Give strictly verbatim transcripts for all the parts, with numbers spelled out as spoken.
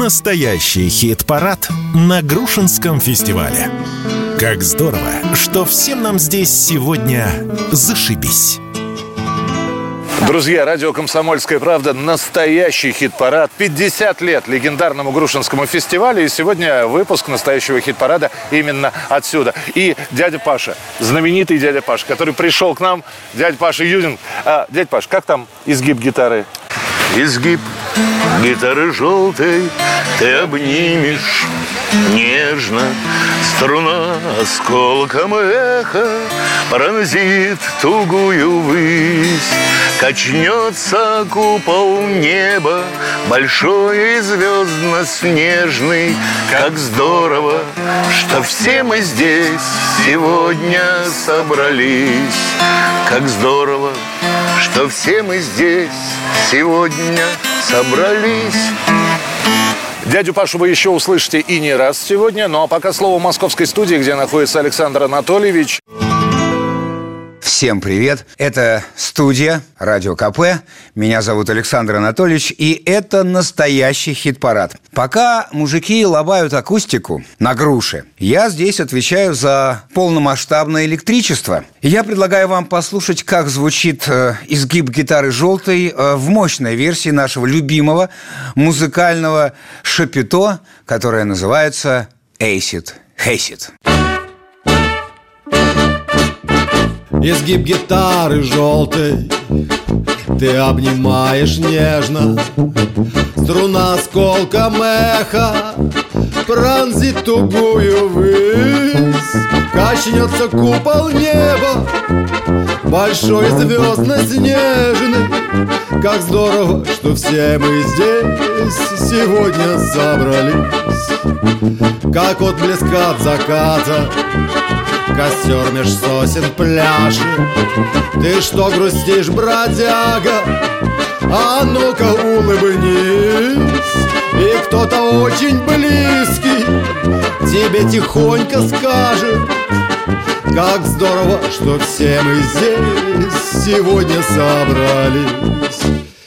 Настоящий хит-парад на Грушинском фестивале. Как здорово, что всем нам здесь сегодня зашибись. Друзья, радио «Комсомольская правда» — настоящий хит-парад. пятьдесят лет легендарному Грушинскому фестивалю. И сегодня выпуск настоящего хит-парада именно отсюда. И дядя Паша, знаменитый дядя Паша, который пришел к нам, дядя Паша Юдин. А, дядя Паш, как там изгиб гитары? Изгиб гитары желтой ты обнимешь нежно. Струна осколком эха пронзит тугую высь. Качнется купол неба, большой и звездно-снежный. Как здорово, что все мы здесь сегодня собрались. Как здорово, что все мы здесь сегодня собрались. Дядю Пашу вы еще услышите и не раз сегодня. Ну а пока слово московской студии, где находится Александр Анатольевич. Всем привет! Это студия Радио КП. Меня зовут Александр Анатольевич, и это настоящий хит-парад. Пока мужики лобают акустику на груше, я здесь отвечаю за полномасштабное электричество. Я предлагаю вам послушать, как звучит э, изгиб гитары желтой э, в мощной версии нашего любимого музыкального шапито, которое называется «Acid Acid». Изгиб гитары желтой ты обнимаешь нежно. Струна осколком эха пронзит тугую высь. Качнется купол неба, большой звездно-снежный. Как здорово, что все мы здесь сегодня собрались. Как отблеск от заката костер меж сосен пляшет. Ты что грустишь, бродяга? А ну-ка улыбнись. И кто-то очень близкий тебе тихонько скажет: как здорово, что все мы здесь сегодня собрались.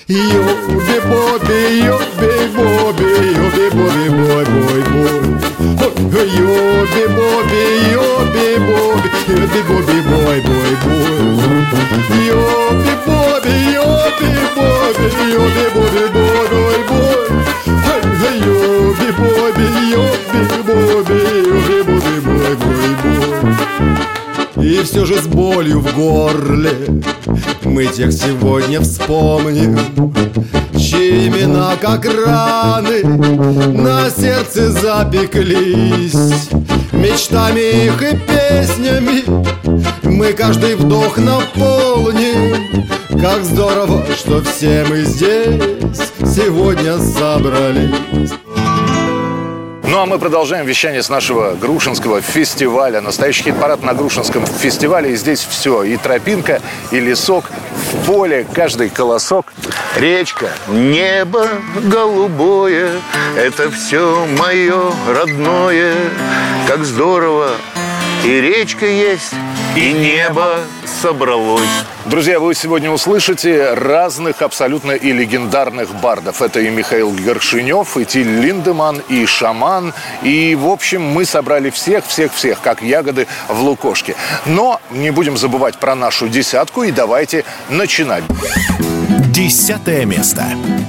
Йоби-боби, йоби-боби, йоби-боби-бой-бой-бой. Йоби-боби, йоби-боби, йоби-боби-бой-бой-бой. Йоби-боби, йоби-боби, йоби-боби-бой-бой-бой. Йоби-боби, йоби-боби, йоби-боби-бой-бой-бой. И все же с болью в горле мы тех сегодня вспомним, чьи имена, как раны, на сердце запеклись. Мечтами их и песнями мы каждый вдох наполним. Как здорово, что все мы здесь сегодня собрались. Ну а мы продолжаем вещание с нашего Грушинского фестиваля. Настоящий хит-парад на Грушинском фестивале. И здесь все. И тропинка, и лесок, в поле, каждый колосок. Речка, небо голубое, это все мое родное. Как здорово, и речка есть, и небо собралось. Друзья, вы сегодня услышите разных абсолютно и легендарных бардов. Это и Михаил Горшенев, и Тиль Линдеманн, и Шаман. И, в общем, мы собрали всех-всех-всех, как ягоды в лукошке. Но не будем забывать про нашу десятку, и давайте начинать. Десятое место.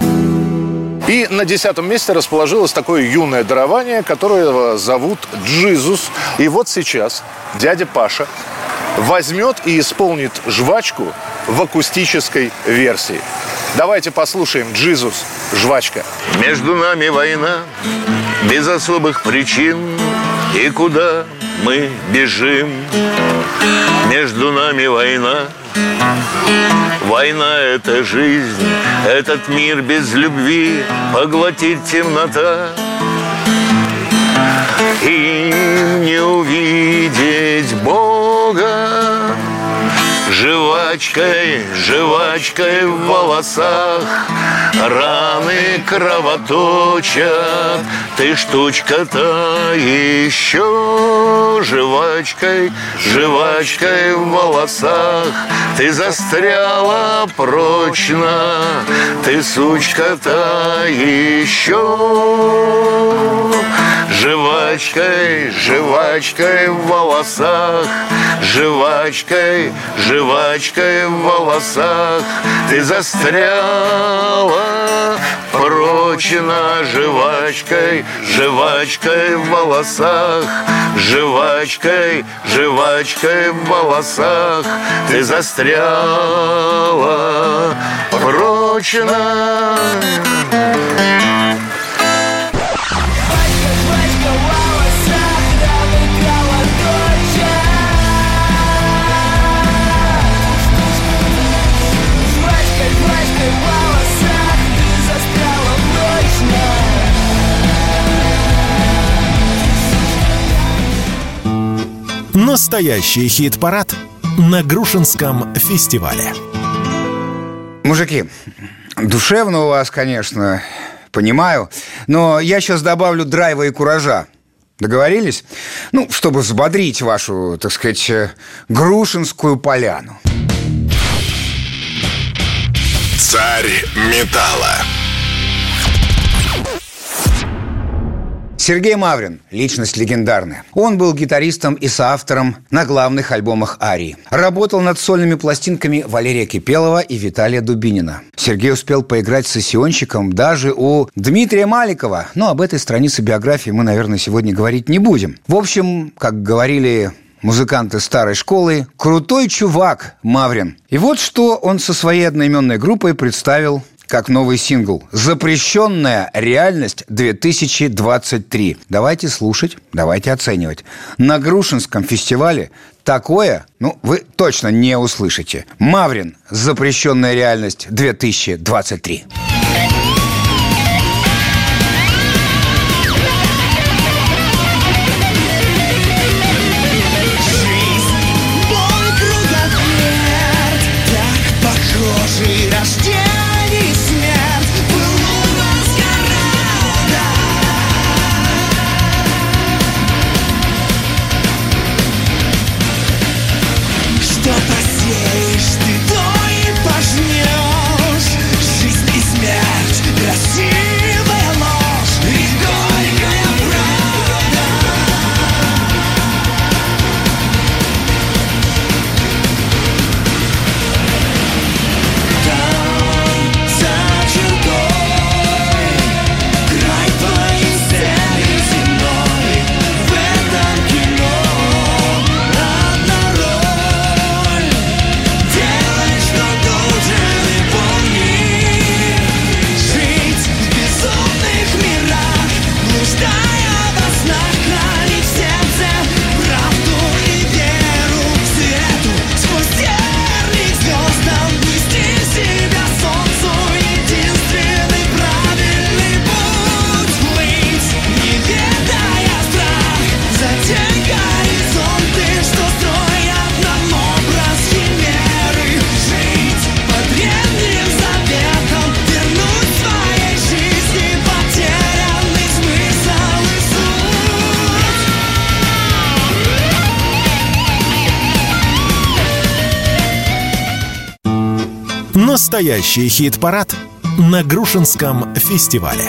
И на десятом месте расположилось такое юное дарование, которое зовут Джизус. И вот сейчас дядя Паша возьмет и исполнит жвачку в акустической версии. Давайте послушаем Джизус, жвачка. Между нами война без особых причин, и куда мы бежим? Между нами война. Война — это жизнь, этот мир без любви поглотит темнота. И не увидеть Бога жвачкой, жвачкой в волосах раны кровоточат. Ты штучка-то еще жвачкой, жвачкой в волосах. Ты застряла прочно, ты сучка-то еще жвачкой, жвачкой в волосах, жвачкой, жвачкой в волосах. Ты застряла прочно, жвачкой, жвачкой в волосах, жвачкой, жвачкой в волосах. Ты застряла прочно. Настоящий хит-парад на Грушинском фестивале. Мужики, душевно у вас, конечно, понимаю, но я сейчас добавлю драйва и куража. Договорились? Ну, чтобы взбодрить вашу, так сказать, Грушинскую поляну. Царь металла. Сергей Маврин – личность легендарная. Он был гитаристом и соавтором на главных альбомах Арии. Работал над сольными пластинками Валерия Кипелова и Виталия Дубинина. Сергей успел поиграть с сессионщиком даже у Дмитрия Маликова. Но об этой странице биографии мы, наверное, сегодня говорить не будем. В общем, как говорили музыканты старой школы, крутой чувак Маврин. И вот что он со своей одноименной группой представил как новый сингл «Запрещенная реальность-две тысячи двадцать три». Давайте слушать, давайте оценивать. На Грушинском фестивале такое, ну, вы точно не услышите. Маврин, «Запрещенная реальность-две тысячи двадцать три». Настоящий хит-парад на Грушинском фестивале.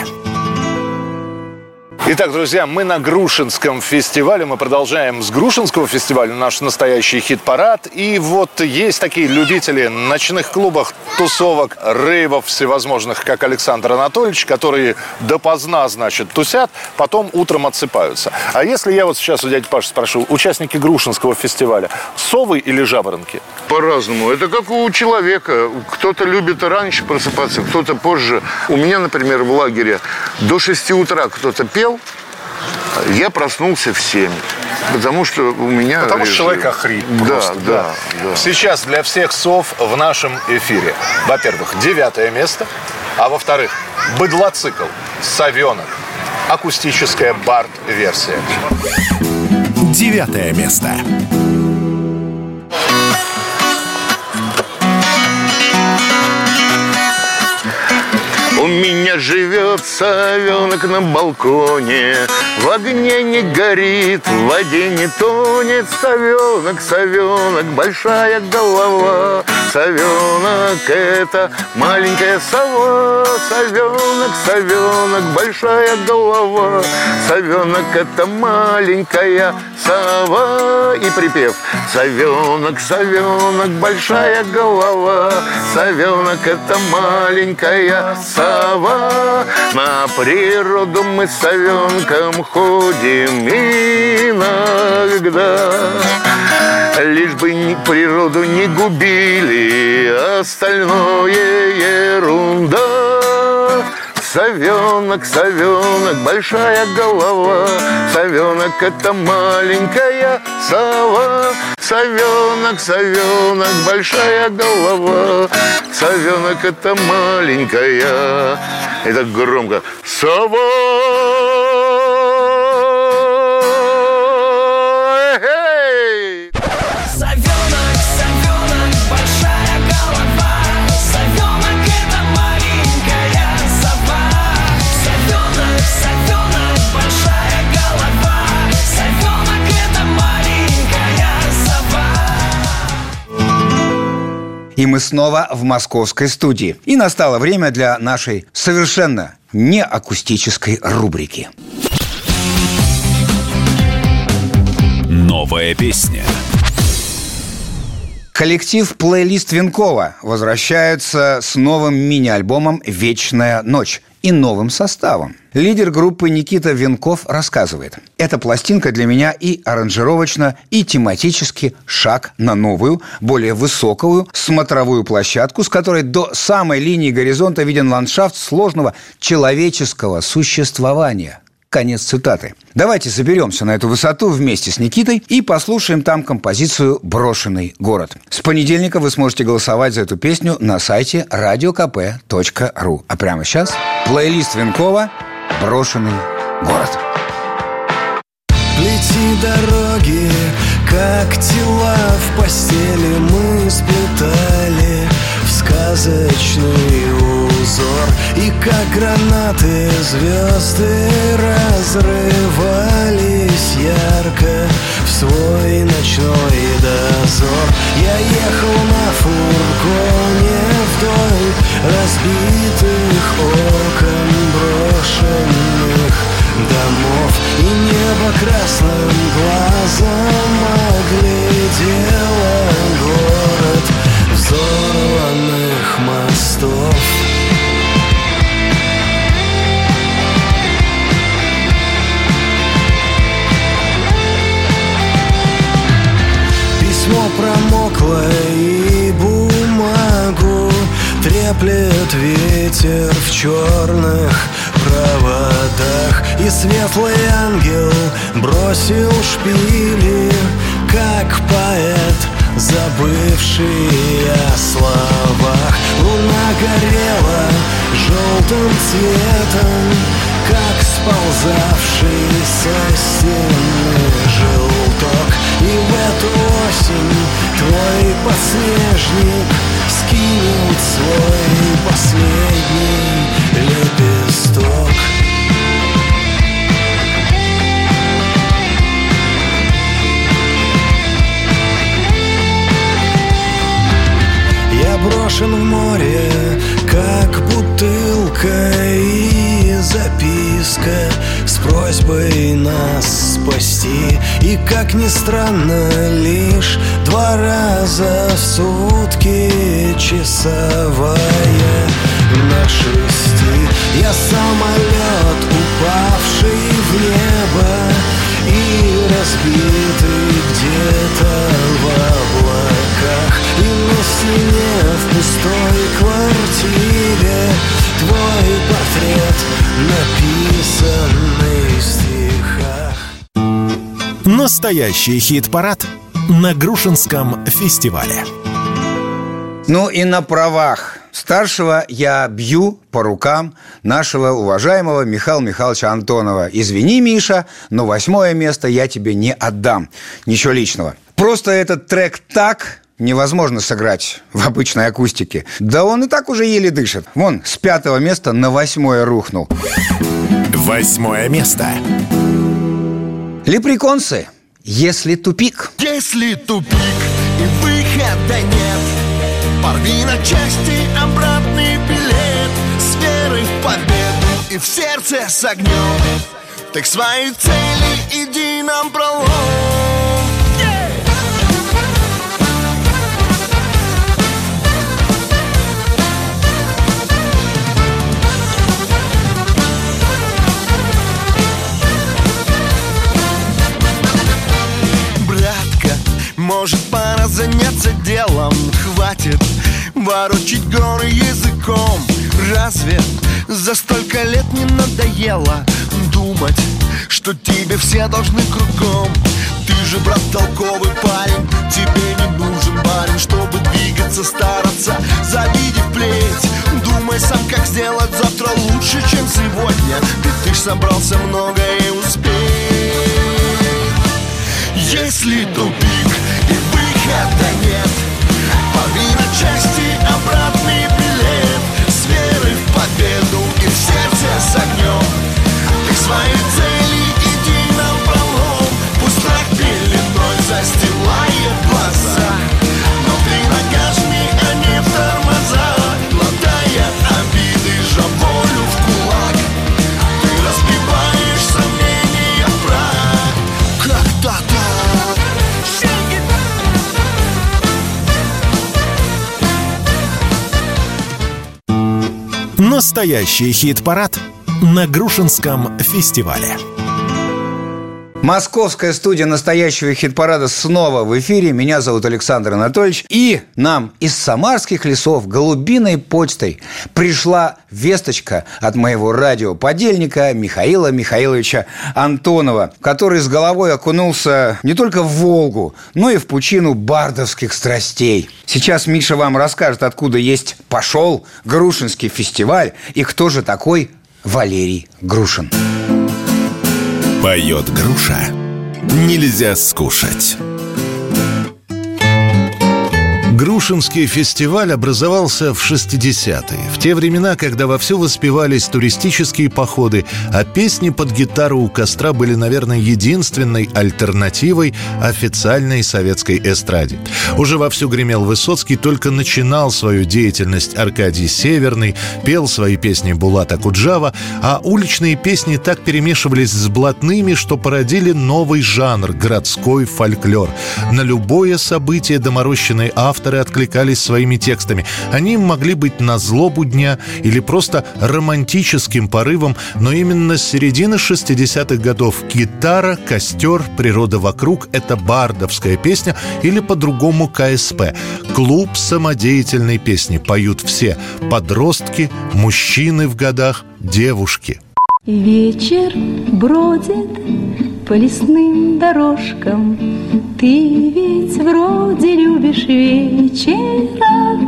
Итак, друзья, мы на Грушинском фестивале. Мы продолжаем с Грушинского фестиваля наш настоящий хит-парад. И вот есть такие любители ночных клубов, тусовок, рейвов всевозможных, как Александр Анатольевич, которые допоздна, значит, тусят, потом утром отсыпаются. А если я вот сейчас у дяди Паши спрошу, участники Грушинского фестиваля, совы или жаворонки? По-разному. Это как у человека. Кто-то любит раньше просыпаться, кто-то позже. У меня, например, в лагере до шести утра кто-то пел, я проснулся в семь. Потому что у меня... Потому режим. что человек охрип. Да, просто, да, да. да. Сейчас для всех сов в нашем эфире. Во-первых, девятое место. А во-вторых, быдлоцикл, совенок, акустическая бард-версия. Девятое место. У меня живет совенок на балконе, в огне не горит, в воде не тонет. Совенок, совенок, большая голова. Совенок — это маленькая сова. Совенок, совенок, большая голова. Совенок — это маленькая сова. И припев: совенок, совенок, большая голова. Совенок — это маленькая сова. На природу мы с совенком ходим иногда, лишь бы природу не губили, остальное ерунда. Совенок, совенок, большая голова. Совенок — это маленькая сова. Совенок, совенок, большая голова. Совенок — это маленькая. И так громко: сова. И мы снова в московской студии. И настало время для нашей совершенно не акустической рубрики. Новая песня. Коллектив «Плейлист Венкова» возвращается с новым мини-альбомом «Вечная ночь» и новым составом. Лидер группы Никита Венков рассказывает: «Эта пластинка для меня и аранжировочно, и тематически шаг на новую, более высокую смотровую площадку, с которой до самой линии горизонта виден ландшафт сложного человеческого существования». Конец цитаты. Давайте заберемся на эту высоту вместе с Никитой и послушаем там композицию «Брошенный город». С понедельника вы сможете голосовать за эту песню на сайте радио ка пэ точка ру. А прямо сейчас плейлист Венкова «Брошенный город». Плети дороги, как тела в постели мы сплетали в сказочный узор. И как гранаты звезды разрывались ярко в свой ночной дозор. Я ехал на фургоне вдоль разбитых окон брошенных домов, и небо красным глазом оглядело город взорванных мостов. Письмо промокло, и бумагу треплет ветер в черных проводах. И светлый ангел бросил шпили, как поэт, забывший о словах. Луна горела желтым цветом, как сползавший со стены желток. И в эту осень твой подснежник скинет свой последний лепесток. Я брошен в море, как бутылка, и записка с просьбой нас спасти. И, как ни странно, лишь два раза в сутки часовая на шести. Я самолет, упавший в небо и разбитый где-то в облаках. И на стене в пустой квартире твой портрет, написанный в стихах. Настоящий хит-парад на Грушинском фестивале. Ну и на правах старшего я бью по рукам нашего уважаемого Михаила Михайловича Антонова. Извини, Миша, но восьмое место я тебе не отдам. Ничего личного. Просто этот трек так невозможно сыграть в обычной акустике. Да он и так уже еле дышит. Вон, с пятого места на восьмое рухнул. Восьмое место. Леприконсы. Если тупик. Если тупик и выхода нет, порви на части обратный билет с верой в победу и в сердце с огнем. Ты к своей цели иди напролом. Может, пора заняться делом. Хватит ворочить горы языком. Разве за столько лет не надоело думать, что тебе все должны кругом? Ты же, брат, толковый парень, тебе не нужен барин, чтобы двигаться, стараться, завидев плеть. Думай сам, как сделать завтра лучше, чем сегодня. Ведь ты ж собрался многое успеть. Если тупик и выхода нет, порви на части обратный билет с верой в победу и в сердце с огнем. Ты к своей цели иди напролом. Пусть страх пеленой застилает глаза, но ты нога жми, а не в тормоза. Глотая обиды, жав волю в кулак, ты разбиваешь сомнения в прах. Как-то так. Настоящий хит-парад на Грушинском фестивале. Московская студия настоящего хит-парада снова в эфире. Меня зовут Александр Анатольевич. И нам из самарских лесов голубиной почтой пришла весточка от моего радиоподельника Михаила Михайловича Антонова, который с головой окунулся не только в Волгу, но и в пучину бардовских страстей. Сейчас Миша вам расскажет, откуда есть пошел Грушинский фестиваль и кто же такой Валерий Грушин. Поет груша, нельзя скушать. Грушинский фестиваль образовался в шестидесятые, в те времена, когда вовсю воспевались туристические походы, а песни под гитару у костра были, наверное, единственной альтернативой официальной советской эстраде. Уже вовсю гремел Высоцкий, только начинал свою деятельность Аркадий Северный, пел свои песни Булат Акуджава, а уличные песни так перемешивались с блатными, что породили новый жанр – городской фольклор. На любое событие доморощенный автор откликались своими текстами. Они могли быть на злобу дня или просто романтическим порывом, но именно с середины шестидесятых годов гитара, костер, природа вокруг — это бардовская песня или по-другому ка эс пэ. Клуб самодеятельной песни. Поют все — подростки, мужчины в годах, девушки. Вечер бродит по лесным дорожкам. Ты ведь вроде любишь вечера.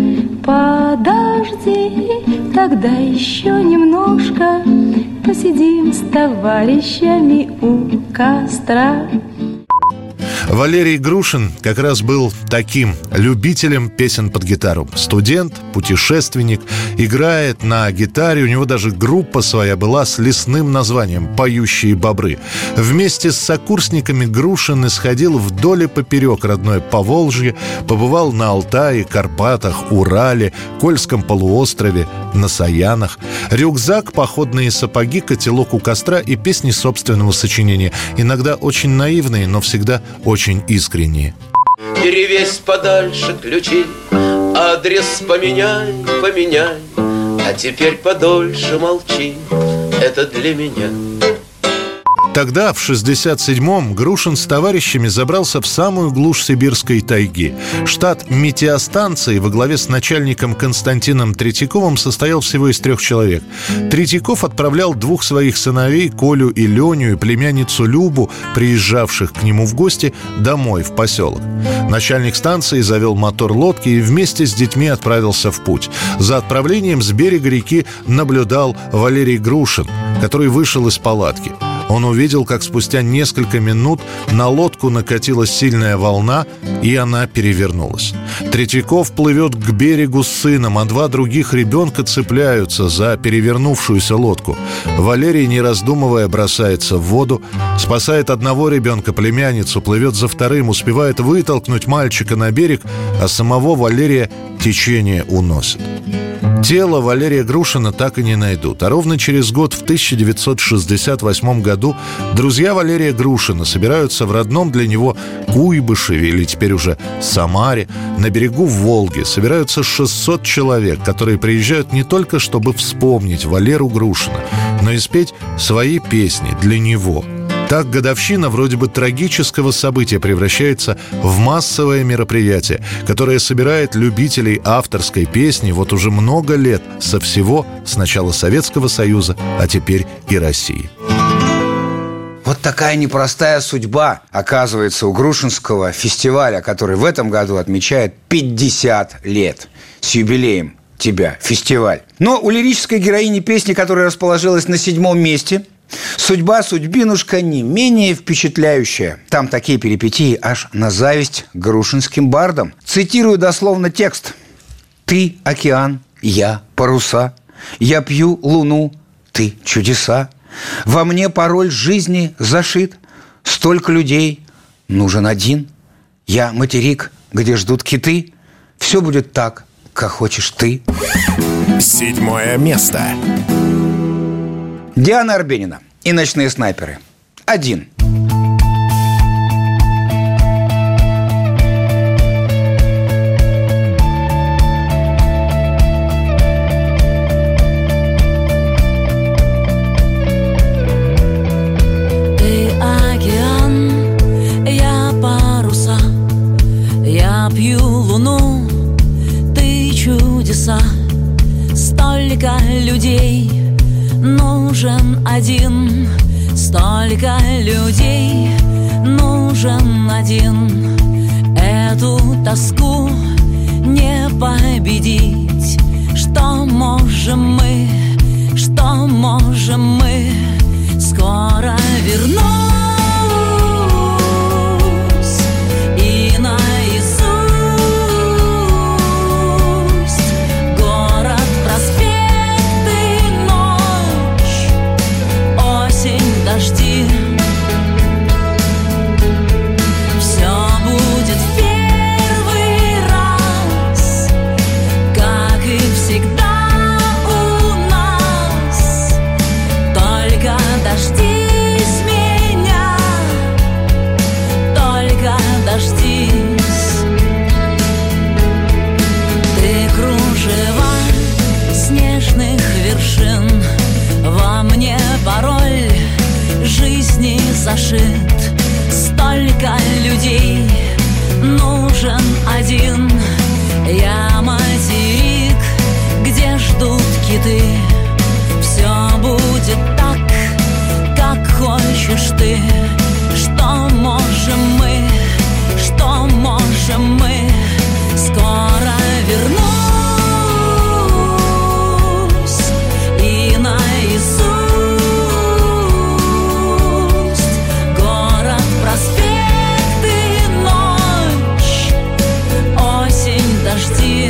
Подожди, тогда еще немножко посидим с товарищами у костра. Валерий Грушин как раз был таким любителем песен под гитару. Студент, путешественник, играет на гитаре. У него даже группа своя была с лесным названием «Поющие бобры». Вместе с сокурсниками Грушин исходил вдоль и поперек родное Поволжье, побывал на Алтае, Карпатах, Урале, Кольском полуострове, на Саянах. Рюкзак, походные сапоги, котелок у костра и песни собственного сочинения. Иногда очень наивные, но всегда очень очень искренние. Перевесь подальше ключи, адрес поменяй, поменяй, а теперь подольше молчи, это для меня. Тогда, в шестьдесят седьмом, Грушин с товарищами забрался в самую глушь сибирской тайги. Штат метеостанции во главе с начальником Константином Третьяковым состоял всего из трех человек. Третьяков отправлял двух своих сыновей, Колю и Леню, и племянницу Любу, приезжавших к нему в гости, домой в поселок. Начальник станции завел мотор лодки и вместе с детьми отправился в путь. За отправлением с берега реки наблюдал Валерий Грушин, который вышел из палатки. Он увидел, как спустя несколько минут на лодку накатилась сильная волна, и она перевернулась. Третьяков плывет к берегу с сыном, а два других ребенка цепляются за перевернувшуюся лодку. Валерий, не раздумывая, бросается в воду, спасает одного ребенка, племянницу, плывет за вторым, успевает вытолкнуть мальчика на берег, а самого Валерия течение уносит. Тело Валерия Грушина так и не найдут. А ровно через год, в тысяча девятьсот шестьдесят восьмом году, друзья Валерия Грушина собираются в родном для него Куйбышеве, или теперь уже Самаре, на берегу Волги. Собираются шестьсот человек, которые приезжают не только, чтобы вспомнить Валеру Грушина, но и спеть свои песни для него. Так годовщина вроде бы трагического события превращается в массовое мероприятие, которое собирает любителей авторской песни вот уже много лет со всего сначала Советского Союза, а теперь и России. Вот такая непростая судьба, оказывается, у Грушинского фестиваля, который в этом году отмечает пятьдесят лет. С юбилеем тебя, фестиваль. Но у лирической героини песни, которая расположилась на седьмом месте, судьба, судьбинушка не менее впечатляющая. Там такие перипетии аж на зависть грушинским бардам. Цитирую дословно текст. «Ты – океан, я – паруса, я пью луну, ты – чудеса. Во мне пароль жизни зашит, столько людей, нужен один. Я – материк, где ждут киты, все будет так, как хочешь ты». Седьмое место. Диана Арбенина и «Ночные снайперы». Один. Ты океан, я паруса, я пью луну, ты чудеса. Столько людей, нужен один, столько людей, нужен один. Эту тоску не победить. Что можем мы, что можем мы? Скоро вернусь и наизусть город, проспекты, ночь, осень, дожди. Все будет в первый раз, как и всегда у нас. Только дождись меня, только дождись. Ты кружева снежных вершин, во мне пароль жизни зашит. Столько людей, нужен один. Я материк, где ждут киты. Все будет так, как хочешь ты. Что можем мы, что можем мы? Скоро вернусь и наизусть город, проспекты, ночь, осень, дожди.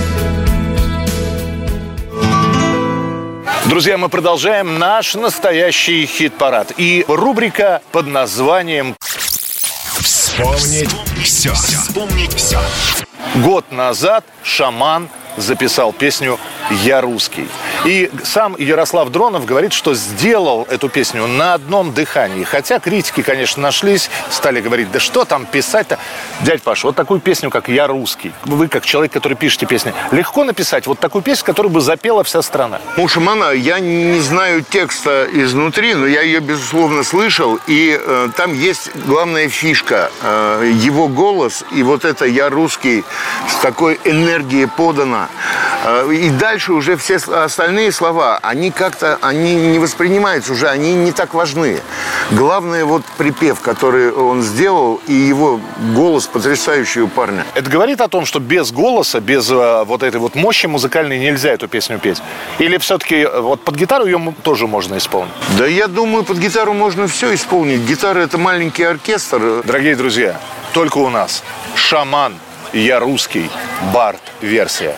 Друзья, мы продолжаем наш настоящий хит-парад. И рубрика под названием Вспомнить все. Вспомнить все. «Год назад Шаман записал песню «Я русский». И сам Ярослав Дронов говорит, что сделал эту песню на одном дыхании. Хотя критики, конечно, нашлись, стали говорить, да что там писать-то. Дядь Паша, вот такую песню, как «Я русский», вы, как человек, который пишете песни, легко написать вот такую песню, которую бы запела вся страна? У Шамана я не знаю текста изнутри, но я ее, безусловно, слышал. И э, там есть главная фишка. Э, его голос и вот это «Я русский» с такой энергией подано. Э, и дальше уже все остальные слова, они как-то, они не воспринимаются уже, они не так важны. Главное, вот припев, который он сделал, и его голос потрясающий у парня. Это говорит о том, что без голоса, без э, вот этой вот мощи музыкальной нельзя эту песню петь? Или все-таки вот под гитару ее тоже можно исполнить? Да я думаю, под гитару можно все исполнить. Гитара – это маленький оркестр. Дорогие друзья, только у нас «Шаман», «Я русский», Бард-версия.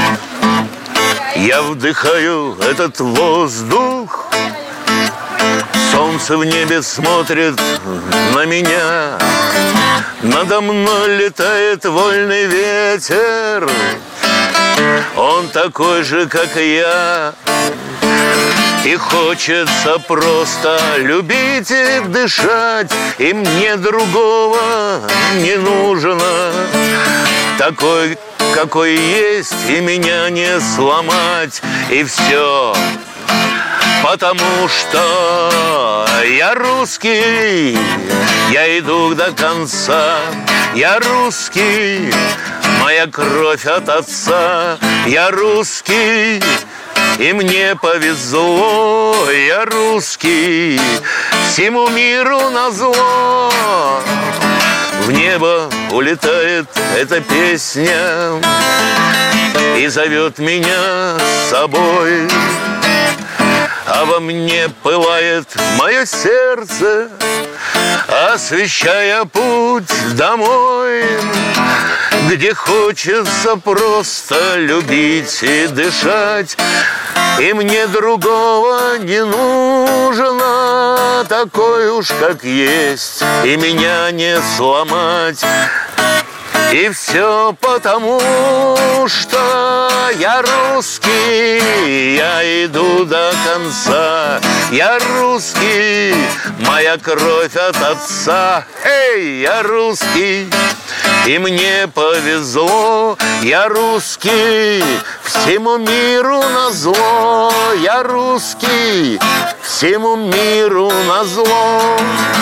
Я вдыхаю этот воздух, солнце в небе смотрит на меня, надо мной летает вольный ветер, он такой же, как и я. И хочется просто любить и дышать, и мне другого не нужно. Такой, какой есть, и меня не сломать, и все. Потому что я русский, я иду до конца. Я русский, моя кровь от отца. Я русский, и мне повезло. Я русский, всему миру назло. В небо улетает эта песня и зовет меня с собой. А во мне пылает мое сердце, освещая путь домой, где хочется просто любить и дышать, и мне другого не нужно. Такой уж как есть, и меня не сломать. И все потому, что я русский, я иду до конца. Я русский, моя кровь от отца. Эй, я русский, и мне повезло. Я русский, всему миру назло. Я русский, всему миру назло.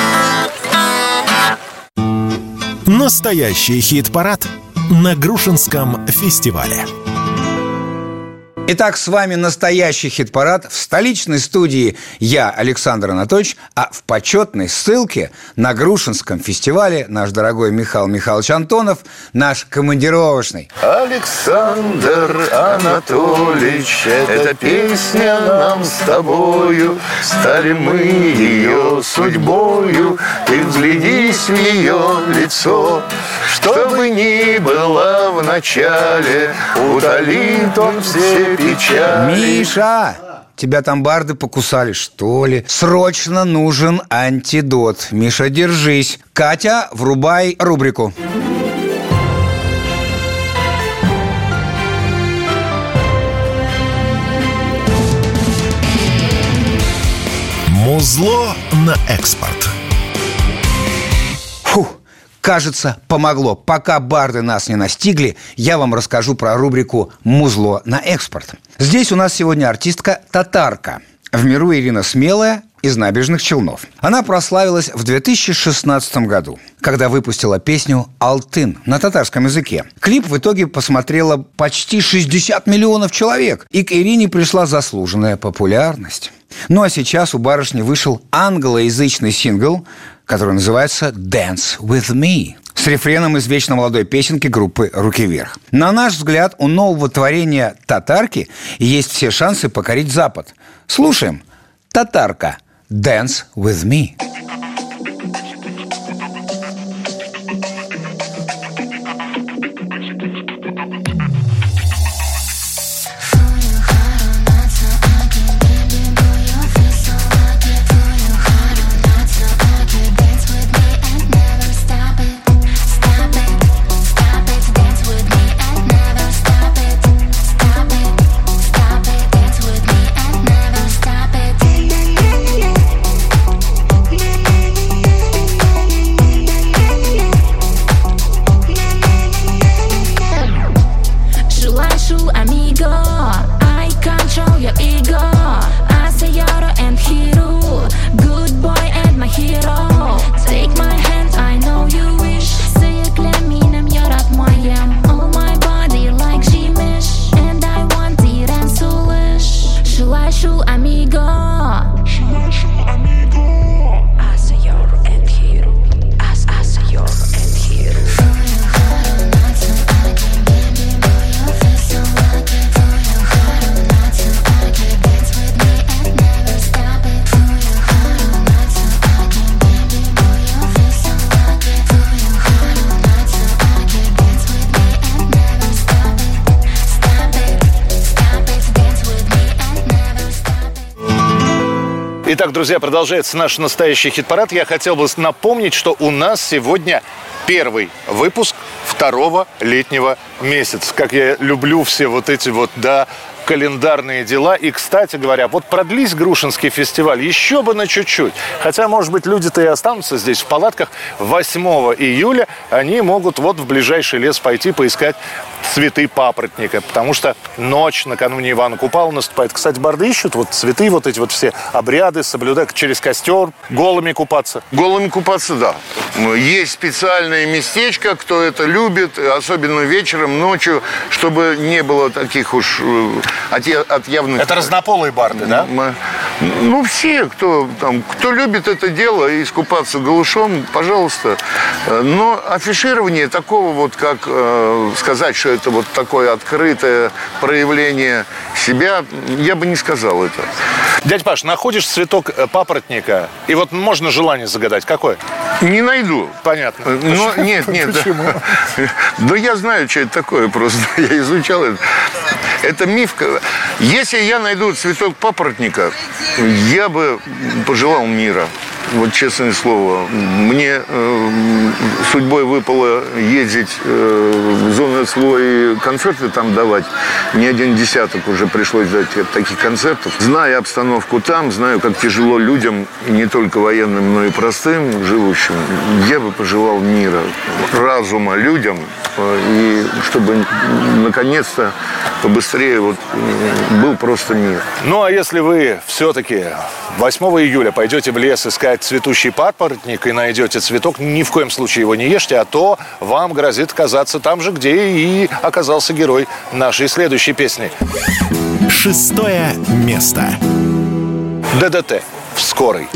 Настоящий хит-парад на Грушинском фестивале. Итак, с вами настоящий хит-парад в столичной студии я, Александр Анатольевич, а в почетной ссылке на Грушинском фестивале наш дорогой Михаил Михайлович Антонов, наш командировочный. Александр Анатольевич, эта песня нам с тобою, стали мы ее судьбою, ты вглядись в ее лицо, что бы ни было в начале, утолит он все печали. Миша, тебя там барды покусали, что ли? Срочно нужен антидот. Миша, держись. Катя, врубай рубрику. Музло на экспорт. Фух. Кажется, помогло. Пока барды нас не настигли, я вам расскажу про рубрику «Музло на экспорт». Здесь у нас сегодня артистка Татарка. В миру Ирина Смелая из Набережных Челнов. Она прославилась в две тысячи шестнадцатом году, когда выпустила песню «Алтын» на татарском языке. Клип в итоге посмотрело почти шестьдесят миллионов человек, и к Ирине пришла заслуженная популярность. Ну а сейчас у барышни вышел англоязычный сингл, который называется «Dance with me», с рефреном из вечно молодой песенки группы «Руки вверх». На наш взгляд, у нового творения «Татарки» есть все шансы покорить Запад. Слушаем. «Татарка. Dance with me». Yeah. Итак, друзья, продолжается наш настоящий хит-парад. Я хотел бы напомнить, что у нас сегодня первый выпуск второго летнего месяца. Как я люблю все вот эти вот, да, календарные дела. И, кстати говоря, вот продлись Грушинский фестиваль еще бы на чуть-чуть. Хотя, может быть, люди-то и останутся здесь в палатках. восьмого июля они могут вот в ближайший лес пойти поискать цветы папоротника. Потому что ночь накануне Ивана Купала наступает. Кстати, барды ищут вот цветы, вот эти вот все обряды, соблюдать через костер, голыми купаться. Голыми купаться, да. Есть специальное местечко, кто это любит, особенно вечером, ночью, чтобы не было таких уж от, от явных... Это разнополые барды, да? Ну, все, кто, там, кто любит это дело, и искупаться голышом, пожалуйста. Но афиширование такого вот, как э, сказать, что это вот такое открытое проявление себя, я бы не сказал это. Дядь Паш, находишь цветок папоротника, и вот можно желание загадать. Какое? Не найду. Понятно. Но, нет, нет. Почему? Да я знаю, что это такое просто. Я изучал это. Это миф. Если я найду цветок папоротника, я бы пожелал мира. Вот честное слово. Мне э, судьбой выпало ездить э, в зону СВО и концерты там давать. Не один десяток уже пришлось дать таких концертов. Зная обстановку там, знаю, как тяжело людям, не только военным, но и простым, живущим, я бы пожелал мира, разума людям, и чтобы наконец-то побыстрее вот был просто мир. Ну, а если вы все-таки восьмого июля пойдете в лес искать цветущий папоротник и найдете цветок, ни в коем случае его не ешьте, а то вам грозит оказаться там же, где и оказался герой нашей следующей песни. Шестое место. ДДТ в скорой.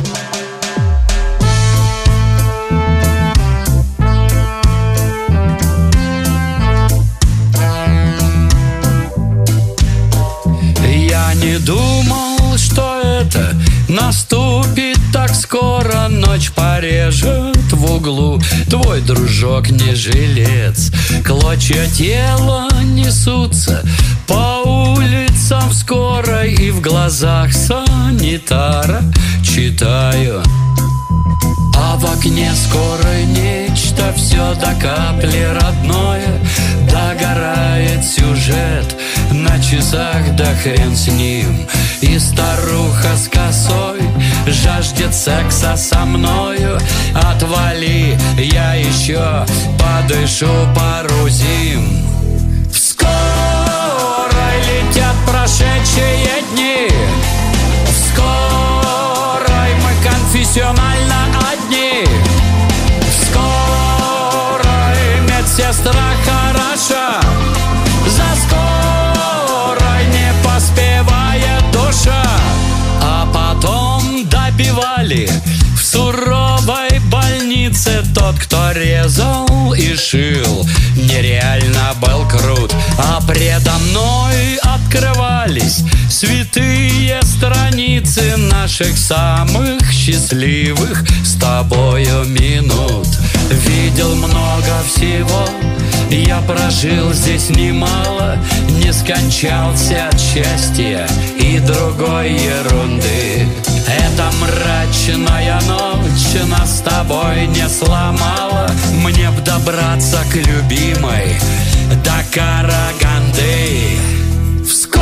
Я не думал, что это наступит так скоро. Ночь порежет в углу твой дружок не жилец. Клочья тела несутся по улицам скорой, и в глазах санитара читаю: а в окне скорой нечто все до капли родное. Догорает сюжет на часах, да хрен с ним. И старуха с косой жаждет секса со мною. Отвали, я еще подышу пару зим. В скорой летят прошедшие дни. В скорой мы конфессионально одни. В скорой медсестра хороша. За скорой не поспевает душа. А потом добивали в суровой больнице. Тот, кто резал и шил, нереально был крут. А предо мной открывались святые страницы наших самых счастливых с тобою минут. Видел много всего, я прожил здесь немало, не скончался от счастья и другой ерунды. Эта мрачная ночь нас с тобой не сломала. Мне б добраться к любимой до Караганды. В скорой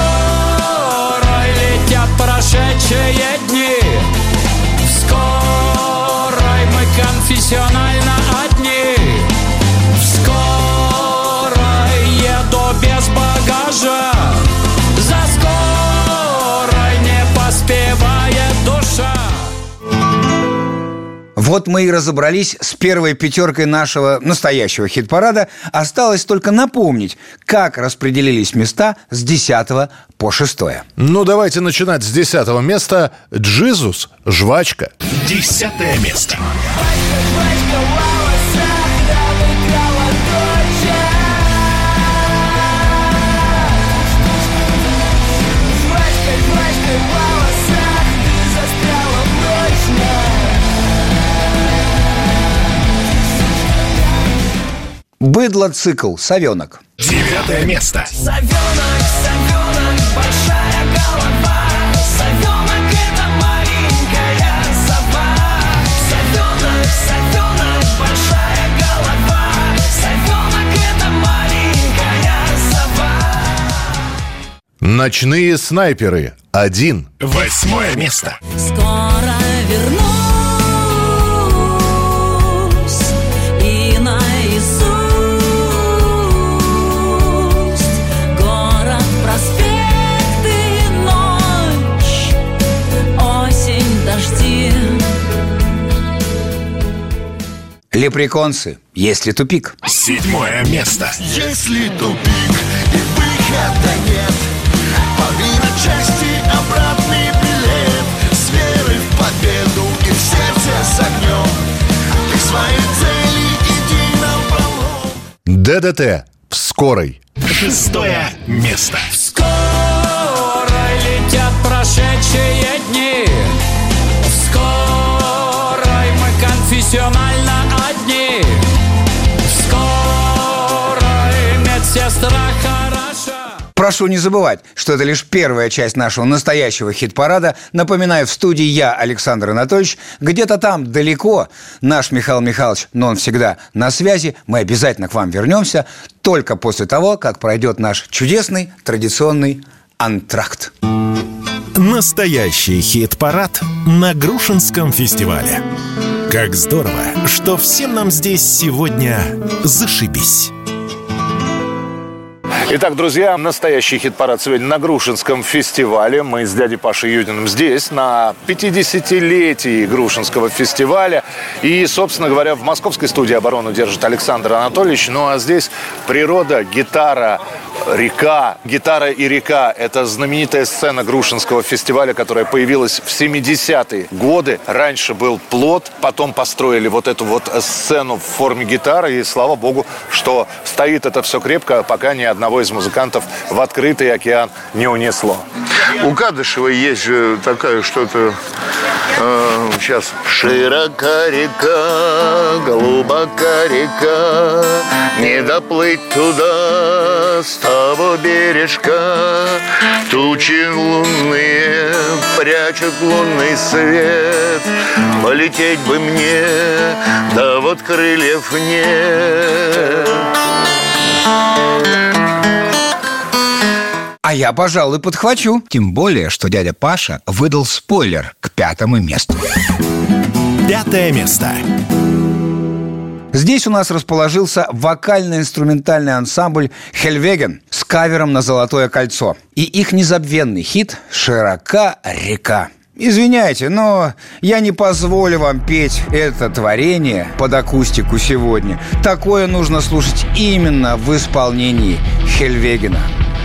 летят прошедшие дни. В скорой мы конфессионально одни. В скорой еду без багажа. За скорой не поспевает душа. Вот мы и разобрались с первой пятеркой нашего настоящего хит-парада. Осталось только напомнить, как распределились места с десятого по шестое. Ну, давайте начинать с десятого места. Джизус, жвачка. Десятое место. Быдло-цикл «Совенок». Девятое место. Совенок, совенок, большая голова. Совенок — это маленькая Ночные снайперы. Один. Восьмое место. Скоро вернусь и наизусть город, проспекты, ночь, осень, дожди. Лепреконсы. Если тупик. Седьмое место. Если тупик и выхода нет, половина части, обратный билет, с верой в победу и в сердце с огнем, ты к своей цели иди напролом. ДДТ. В скорой. Шестое место. Скоро летят прошедшие дни. В скорой мы конфессионально одни. В скорой медсестра хороша. Прошу не забывать, что это лишь первая часть нашего настоящего хит-парада. Напоминаю, в студии я, Александр Анатольевич. Где-то там, далеко, наш Михаил Михайлович, но он всегда на связи. Мы обязательно к вам вернемся только после того, как пройдет наш чудесный традиционный антракт. Настоящий хит-парад на Грушинском фестивале. Как здорово, что всем нам здесь сегодня зашибись. Итак, друзья, настоящий хит-парад сегодня на Грушинском фестивале. Мы с дядей Пашей Юдиным здесь, на пятидесятилетии Грушинского фестиваля. И, собственно говоря, в московской студии оборону держит Александр Анатольевич. Ну а здесь природа, гитара, река. Гитара и река – это знаменитая сцена Грушинского фестиваля, которая появилась в семидесятые годы. Раньше был плот, потом построили вот эту вот сцену в форме гитары. И слава богу, что стоит это все крепко, пока ни одного из музыкантов в открытый океан не унесло. У Кадышева есть же такая что-то... Э, сейчас. Широка река, глубока река, не доплыть туда с того бережка. Тучи лунные прячут лунный свет. Полететь бы мне, да вот крыльев нет. А я, пожалуй, подхвачу. Тем более, что дядя Паша выдал спойлер к пятому месту. Пятое место. Здесь у нас расположился вокально-инструментальный ансамбль «Хельвеген» с кавером на «Золотое кольцо». И их незабвенный хит «Широка река». Извиняйте, но я не позволю вам петь это творение под акустику сегодня. Такое нужно слушать именно в исполнении Хельвегена.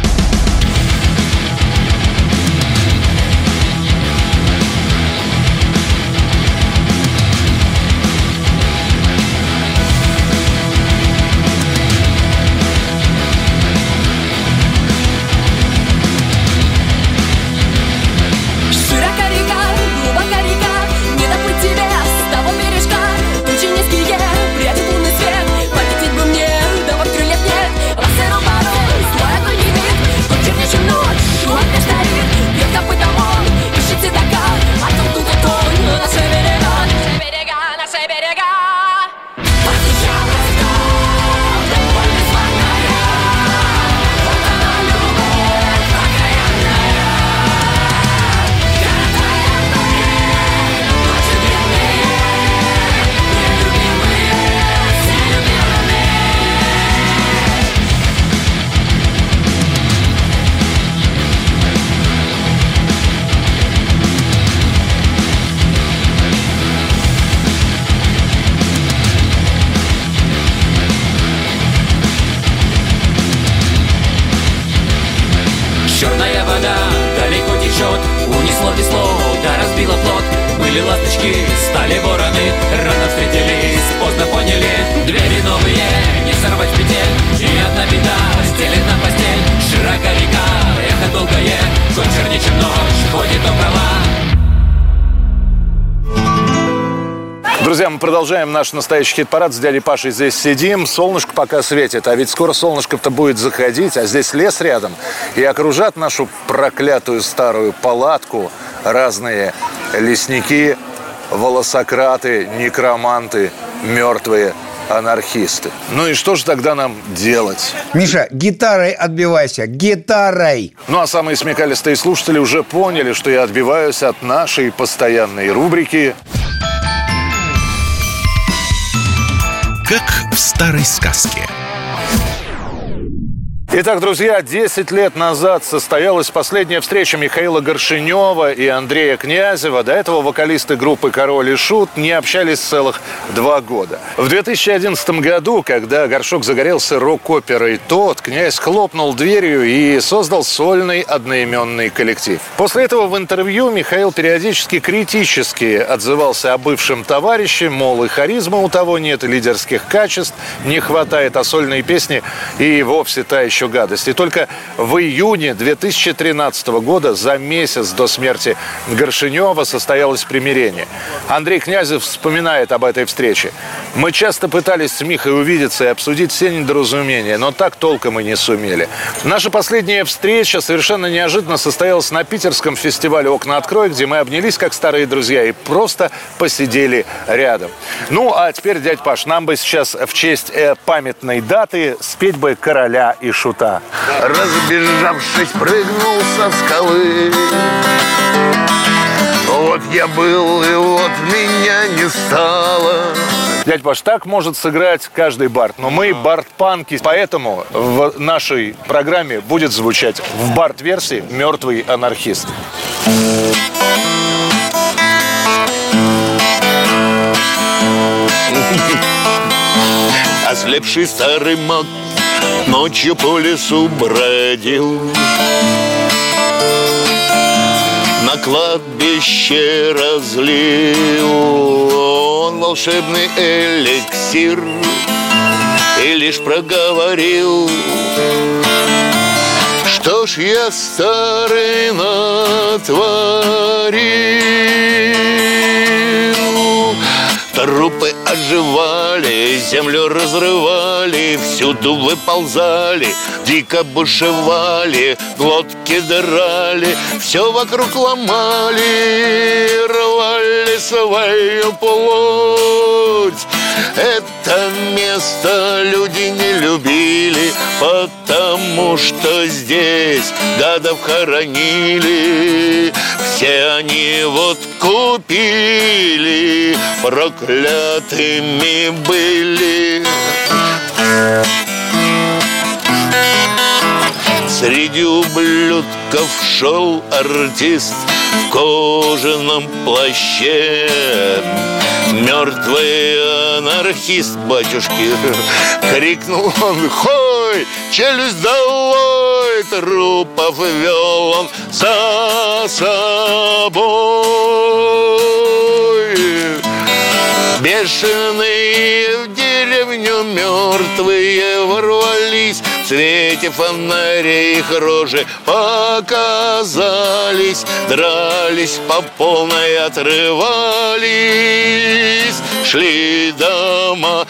Черная вода далеко течет, унесло весло, да разбило плот. Были ласточки, стали вороны, рано встретились, поздно поняли. Двери новые, не сорвать в петель, и одна беда стелет нам постель. Широка река, эхо долгое, хоть чернее, чем ночь, ходит около. Друзья, мы продолжаем наш настоящий хит-парад. С дядей Пашей здесь сидим. Солнышко пока светит, а ведь скоро солнышко-то будет заходить, а здесь лес рядом. И окружат нашу проклятую старую палатку разные лесники, волосократы, некроманты, мертвые анархисты. Ну и что же тогда нам делать? Миша, гитарой отбивайся, гитарой! Ну а самые смекалистые слушатели уже поняли, что я отбиваюсь от нашей постоянной рубрики «Как в старой сказке». Итак, друзья, десять лет назад состоялась последняя встреча Михаила Горшенева и Андрея Князева. До этого вокалисты группы «Король и Шут» не общались целых два года. В две тысячи одиннадцатом году, когда Горшок загорелся рок-оперой «Тот», Князь хлопнул дверью и создал сольный одноименный коллектив. После этого в интервью Михаил периодически критически отзывался о бывшем товарище, мол, и харизмы у того нет, и лидерских качеств не хватает, а сольные песни и вовсе та еще гадость. И только в июне две тысячи тринадцатого года, за месяц до смерти Горшенева, состоялось примирение. Андрей Князев вспоминает об этой встрече. «Мы часто пытались с Михой увидеться и обсудить все недоразумения, но так толком и не сумели. Наша последняя встреча совершенно неожиданно состоялась на питерском фестивале «Окна открой», где мы обнялись как старые друзья и просто посидели рядом». Ну, а теперь, дядь Паш, нам бы сейчас в честь э, памятной даты спеть бы «Короля и Шута». Разбежавшись, прыгнул со скалы. Вот я был, и вот меня не стало. Дядь Паш, так может сыграть каждый бард. Но мы бард-панки, поэтому в нашей программе будет звучать в бард-версии «Мертвый анархист». Ослепший старый маг ночью по лесу бродил, на кладбище разлил он волшебный эликсир и лишь проговорил: что ж я старый натворил. Трупы оживали, землю разрывали, всюду выползали, дико бушевали, глотки драли, все вокруг ломали, рвали свою плоть. Это место люди не любили, потому что здесь гадов хоронили. Все они вот купили, проклятыми были. Среди ублюдков шел артист в кожаном плаще. Мертвый анархист, батюшки, крикнул он: хой, челюсть долой! Трупов вел он за собой. Бешеные в деревню мертвые ворвались, в свете фонарей их рожи показались, дрались по полной, отрывались, шли дома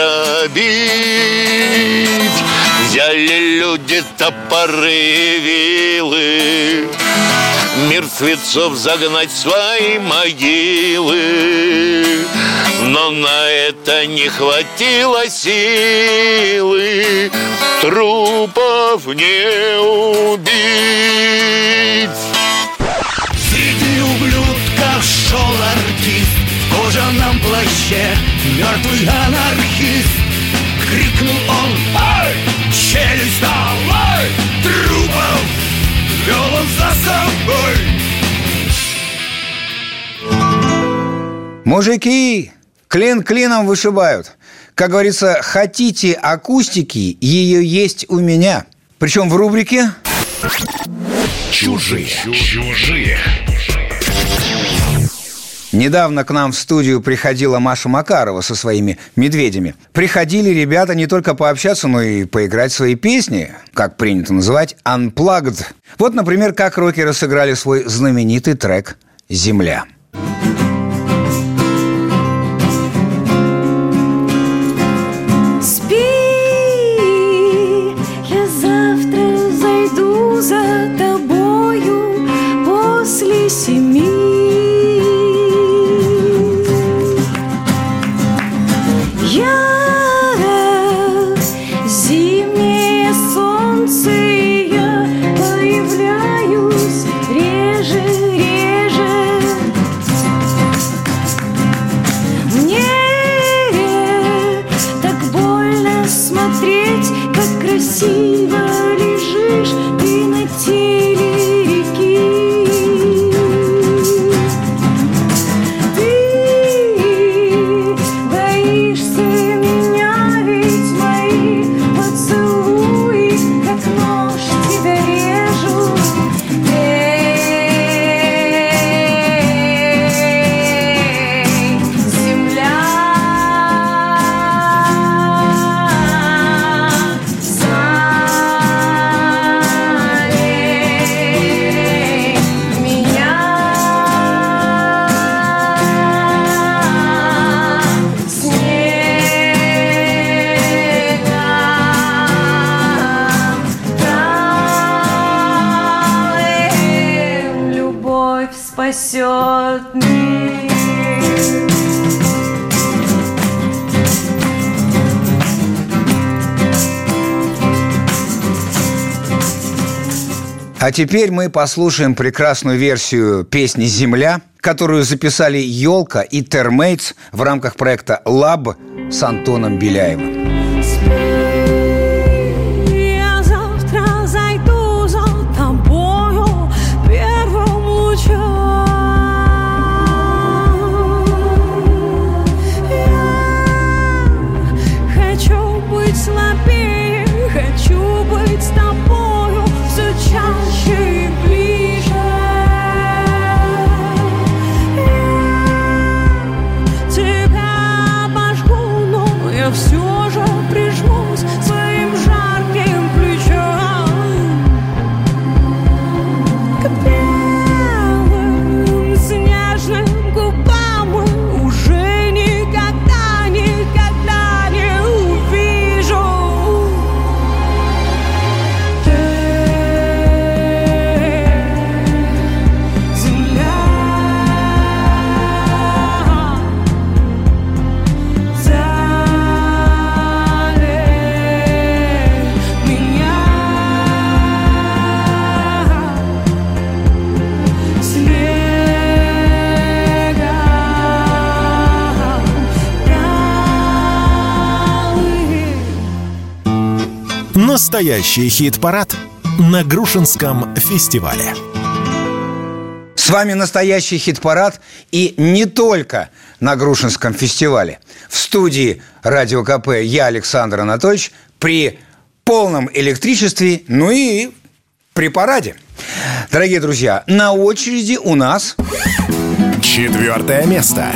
грабить. Взяли люди топоры и вилы, мертвецов загнать в свои могилы. Но на это не хватило силы, трупов не убить. Среди ублюдков шел артист в кожаном плаще. Мертвый анархист, крикнул он: ой, челюсть долой! Трупов вел он за собой. Мужики, клин клином вышибают. Как говорится, хотите акустики, ее есть у меня. Причем в рубрике «Чужие». Чужие. Недавно к нам в студию приходила Маша Макарова со своими медведями. Приходили ребята не только пообщаться, но и поиграть свои песни, как принято называть, unplugged. Вот, например, как рокеры сыграли свой знаменитый трек «Земля». Я красиво лежишь ты на теле реки. Ты боишься меня, ведь мои поцелуи как нож тебя режут. Спасет мир. А теперь мы послушаем прекрасную версию песни «Земля», которую записали «Елка» и «Термейтс» в рамках проекта «Лаб» с Антоном Беляевым. Все же прижмусь своим жарким плечом к белым снежным губам. Уже никогда, никогда не увижу. Ты, земля, Настоящий хит-парад на Грушинском фестивале. С вами настоящий хит-парад, и не только на Грушинском фестивале. В студии Радио КП я, Александр Анатольевич, при полном электричестве, ну и при параде. Дорогие друзья, на очереди у нас... Четвертое место.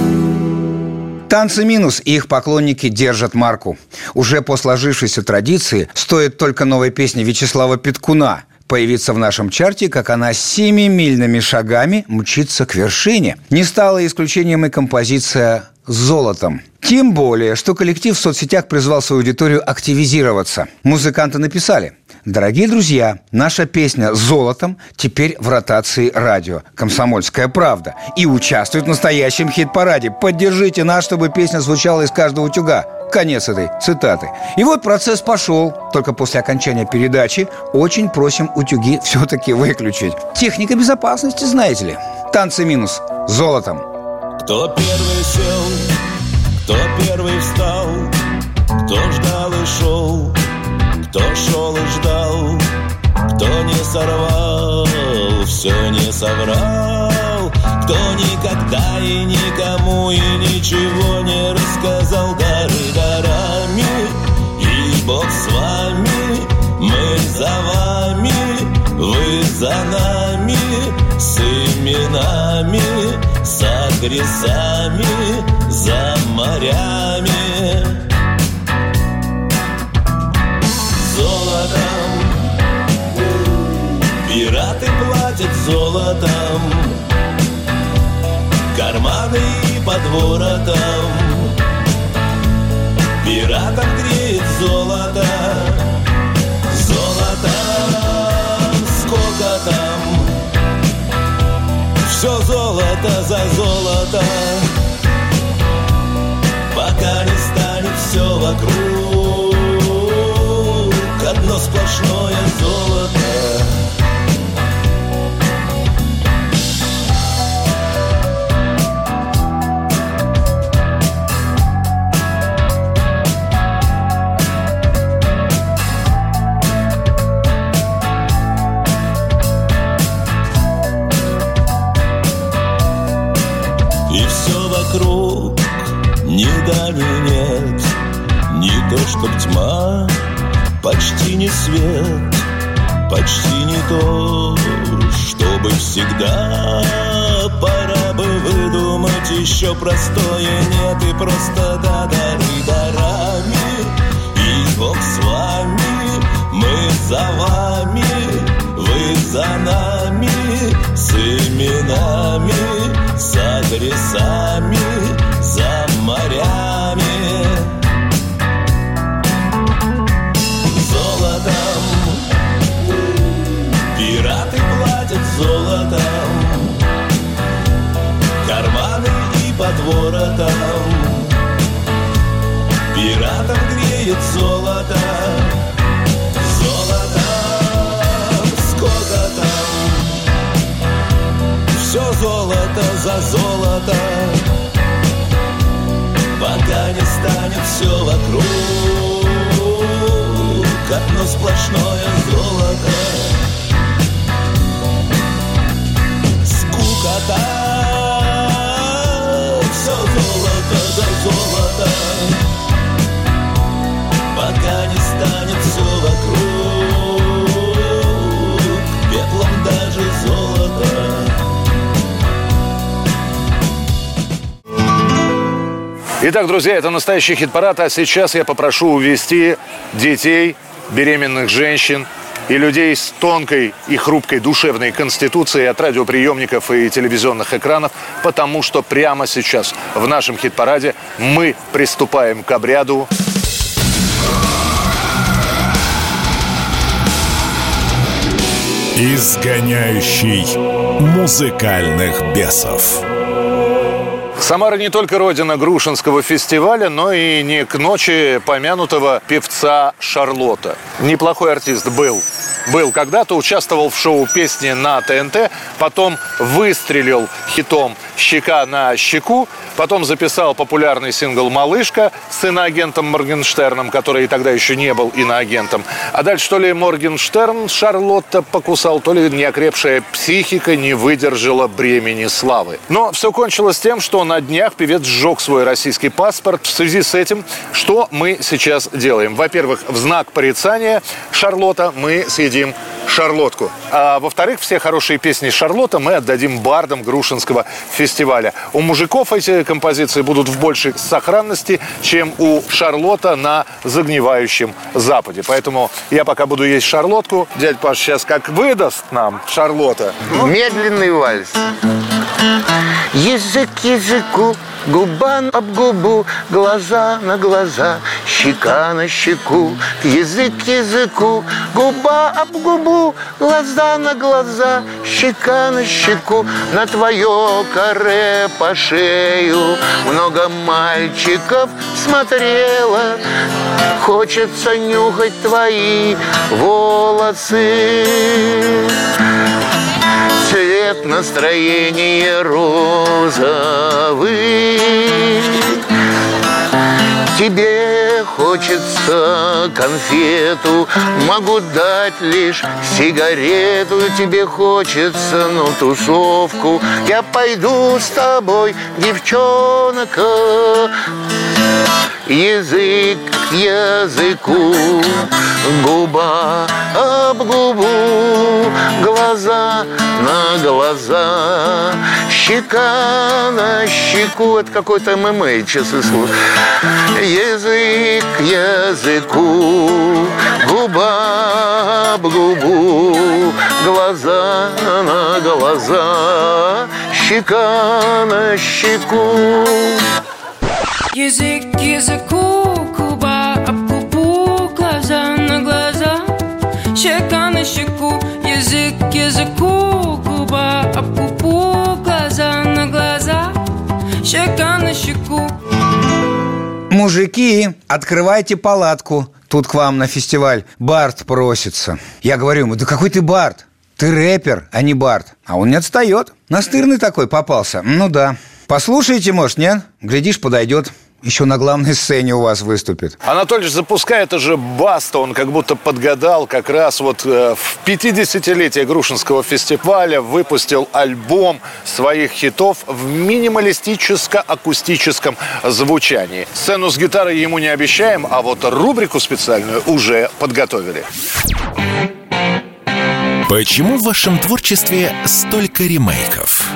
Танцы минус и их поклонники держат марку. Уже по сложившейся традиции стоит только новой песни Вячеслава Петкуна появиться в нашем чарте, как она семимильными шагами мчится к вершине. Не стала исключением и композиция «Золотом». Тем более, что коллектив в соцсетях призвал свою аудиторию активизироваться. Музыканты написали: «Дорогие друзья, наша песня «Золотом» теперь в ротации радио «Комсомольская правда» и участвует в настоящем хит-параде. Поддержите нас, чтобы песня звучала из каждого утюга». Конец этой цитаты. И вот процесс пошел. Только после окончания передачи очень просим утюги все-таки выключить. Техника безопасности, знаете ли. Танцы минус. «Золотом». Кто первый сел, кто первый встал, кто ждал и шел, кто шел и ждал, кто не сорвал, все не соврал, кто никогда и никому и ничего не рассказал. Горы горами, и Бог с вами, мы за вами, вы за нами, с именами, с адресами, за морями. Золотом пираты платят золотом, карманы и под воротом. Пиратов греет золото, золото, сколько там. Все золото за золото, пока не станет все вокруг одно сплошное золото. вокруг ни да, ни нет. Не то, чтоб тьма, почти не свет, почти не то, чтобы всегда. Пора бы выдумать еще простое нет. И просто да-дары дарами. И Бог с вами, мы за вами, вы за нами, с именами, с адресами, за морями. Золотом пираты платят золотом, карманы и под воротом. Пиратов греет золото, золото, сколько там. Все золото за золото, пока не станет все вокруг одно сплошное золото. Скукота, все золото за золото, пока не станет все вокруг пеплом даже золото. Итак, друзья, это настоящий хит-парад, а сейчас я попрошу увести детей, беременных женщин и людей с тонкой и хрупкой душевной конституцией от радиоприемников и телевизионных экранов, потому что прямо сейчас в нашем хит-параде мы приступаем к обряду изгоняющий музыкальных бесов. Самара не только родина Грушинского фестиваля, но и не к ночи помянутого певца Шарлотта. Неплохой артист был. Был когда-то, участвовал в шоу «Песни» на ТНТ, потом выстрелил хитом «Щека на щеку», потом записал популярный сингл «Малышка» с иноагентом Моргенштерном, который и тогда еще не был иноагентом. А дальше то ли Моргенштерн Шарлотта покусал, то ли неокрепшая психика не выдержала бремени славы. Но все кончилось тем, что на днях певец сжег свой российский паспорт. В связи с этим, что мы сейчас делаем? Во-первых, в знак порицания Шарлотта мы съедим шарлотку. А во-вторых, все хорошие песни Шарлотта мы отдадим бардам Грушинского фестиваля. У мужиков эти композиции будут в большей сохранности, чем у Шарлотта на загнивающем Западе. Поэтому я пока буду есть шарлотку. Дядь Паш сейчас как выдаст нам Шарлотта. Медленный вальс. Язык к языку, губа об губу, глаза на глаза, щека на щеку. Язык к языку, губа об губу, глаза на глаза, щека на щеку. На твое каре по шею много мальчиков смотрело. Хочется нюхать твои волосы. Цвет настроения розовый. Тебе хочется конфету, могу дать лишь сигарету. Тебе хочется на тусовку, я пойду с тобой, девчонка. Язык к языку, губа об губу, глаза на глаза, щека на щеку. Это какой-то ММА, честное слово. Язык к языку, губа об губу, глаза на глаза, щека на щеку. Язык к языку, губа об губу, глаза на глаза, щека на щеку. Язык к языку, губа об губу, глаза на глаза, щека на щеку. Мужики, открывайте палатку. Тут к вам на фестиваль Бард просится. Я говорю ему: да какой ты Бард? Ты рэпер, а не Бард. А он не отстает. Настырный такой попался. Ну да. Послушайте, может, нет? Глядишь, подойдет. еще на главной сцене у вас выступит. Анатольевич, запускай, это же Баста, он как будто подгадал как раз вот э, в пятидесятилетие Грушинского фестиваля выпустил альбом своих хитов в минималистическо-акустическом звучании. Сцену с гитарой ему не обещаем, а вот рубрику специальную уже подготовили. Почему в вашем творчестве столько ремейков?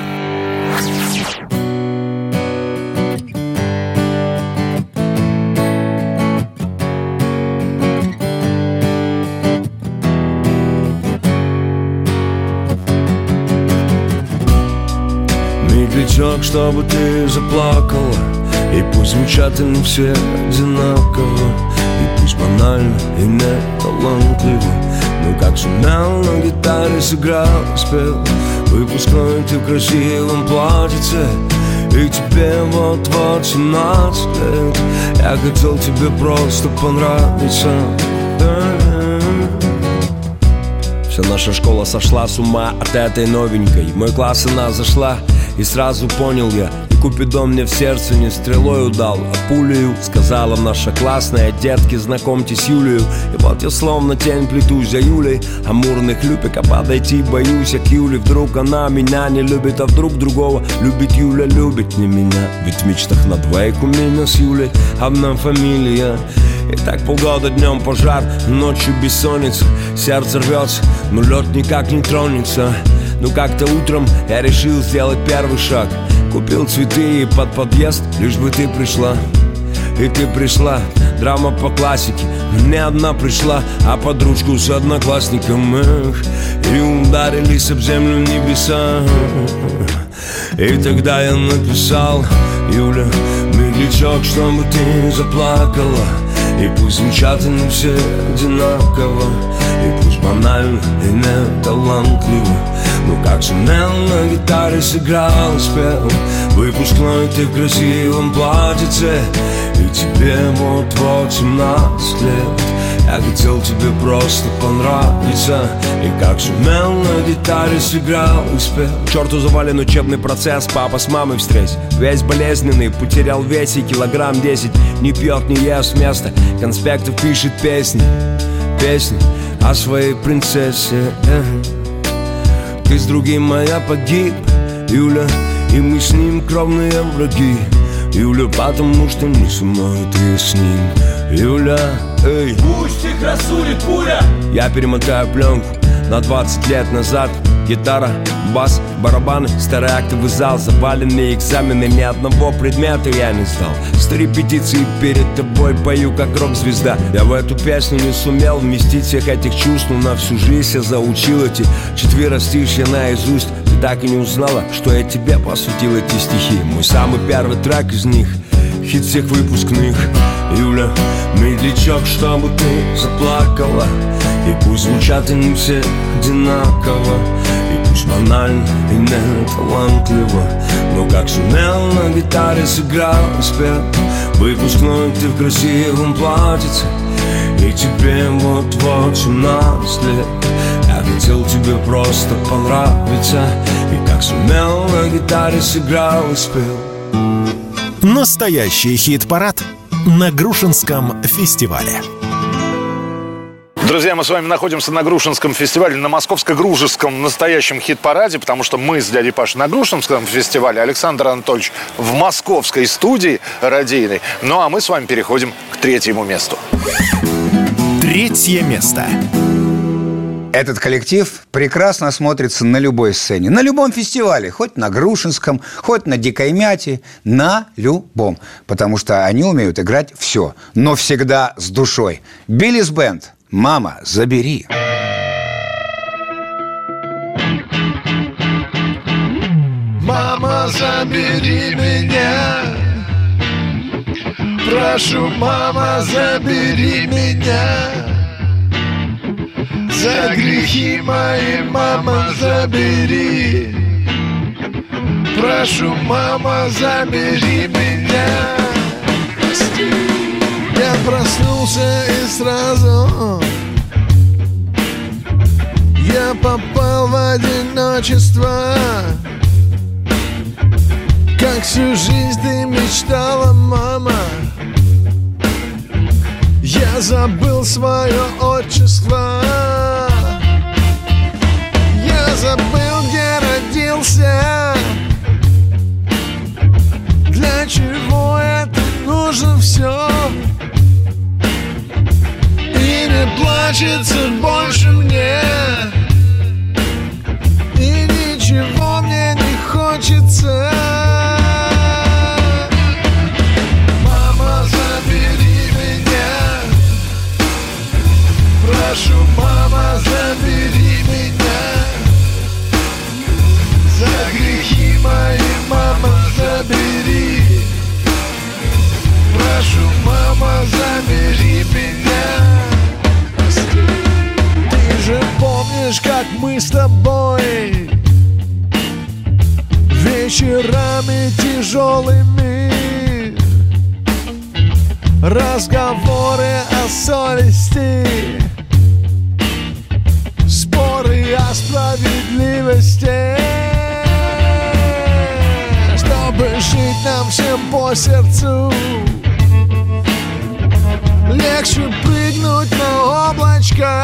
Медлячок, чтобы ты заплакала, и пусть звучат они все одинаково, и пусть банально и не талантливо, но как сумел на гитаре сыграл, спел выпускной ты в красивом платьице, и тебе вот-вот семнадцать лет. Я хотел тебе просто понравиться. Вся наша школа сошла с ума от этой новенькой. В мой класс она зашла, и сразу понял я, и Купидон мне в сердце не стрелой удал, а пулею. Сказала наша классная: детки, знакомьтесь, Юлию. И вот я словно тень плетусь за Юлей, амурных любек, а подойти боюсь я к Юле. Вдруг она меня не любит, а вдруг другого любит Юля, любит не меня. Ведь в мечтах на двоих у меня с Юлей одна фамилия. И так полгода днем пожар, ночью бессонница, сердце рвется, но лед никак не тронется. Ну как-то утром я решил сделать первый шаг, купил цветы и под подъезд, лишь бы ты пришла. И ты пришла, драма по классике, но не одна пришла, а под ручку с одноклассником. Эх, и ударились об землю небеса. И тогда я написал: Юля, медлячок, чтобы ты заплакала, и пусть звучат они все одинаково, и пусть банально и не талантливо, но как сумел на гитаре сыграл и спел выпускной ты в красивом платьице, и тебе вот-вот семнадцать лет. Я хотел тебе просто понравиться, и как сумел на гитаре сыграл и спел. К черту завален учебный процесс, папа с мамой в стрессе, весь болезненный, потерял вес и килограмм десять. Не пьет, не ест вместо конспектов, пишет песни, песни о своей принцессе. Ты с другим, моя погиб, Юля, и мы с ним кровные враги. Юля, потому что не со мной, ты с ним. Юля, эй, пусть их рассудит пуля. Я перемотаю пленку на двадцать лет назад. Гитара, бас, барабаны, старый актовый зал, заваленные экзамены, ни одного предмета я не сдал. Сто репетиций перед тобой пою, как рок-звезда. Я в эту песню не сумел вместить всех этих чувств, но на всю жизнь я заучил эти четверостишья наизусть. Ты так и не узнала, что я тебе посвятил эти стихи. Мой самый первый трек из них, хит всех выпускных. Юля, медлячок, чтобы ты заплакала, и пусть звучат они все одинаково, и пусть банально и не талантливо, но как сумел на гитаре сыграл и спел выпускной ты в красивом платьице, и тебе вот-вот семнадцать лет. Я хотел тебе просто понравиться, и как сумел на гитаре сыграл и спел. Настоящий хит-парад на Грушинском фестивале. Друзья, мы с вами находимся на Грушинском фестивале, на московско-гружеском настоящем хит-параде, потому что мы с дядей Пашей на Грушинском фестивале, Александр Анатольевич в московской студии радийной. Ну а мы с вами переходим к третьему месту. Третье место. Этот коллектив прекрасно смотрится на любой сцене, на любом фестивале, хоть на Грушинском, хоть на Дикой Мяте, на любом, потому что они умеют играть все, но всегда с душой. Биллис Бенд, «Мама, забери». Мама, забери меня. Прошу, мама, забери меня. За грехи мои, мама, забери. Прошу, мама, забери меня. Я проснулся и сразу я попал в одиночество. Как всю жизнь ты мечтала, мама. Я забыл свое отчество, я забыл, где родился. Для чего это нужно все? И не плачется больше мне, и ничего мне не хочется. Мама, забери меня, прошу, мама, забери меня. За грехи мои, мама, забери. Прошу, мама, забери меня. Ты же помнишь, как мы с тобой вечерами тяжелыми разговоры о совести, споры о справедливости, чтобы жить нам всем по сердцу. Легче прыгнуть на облачко.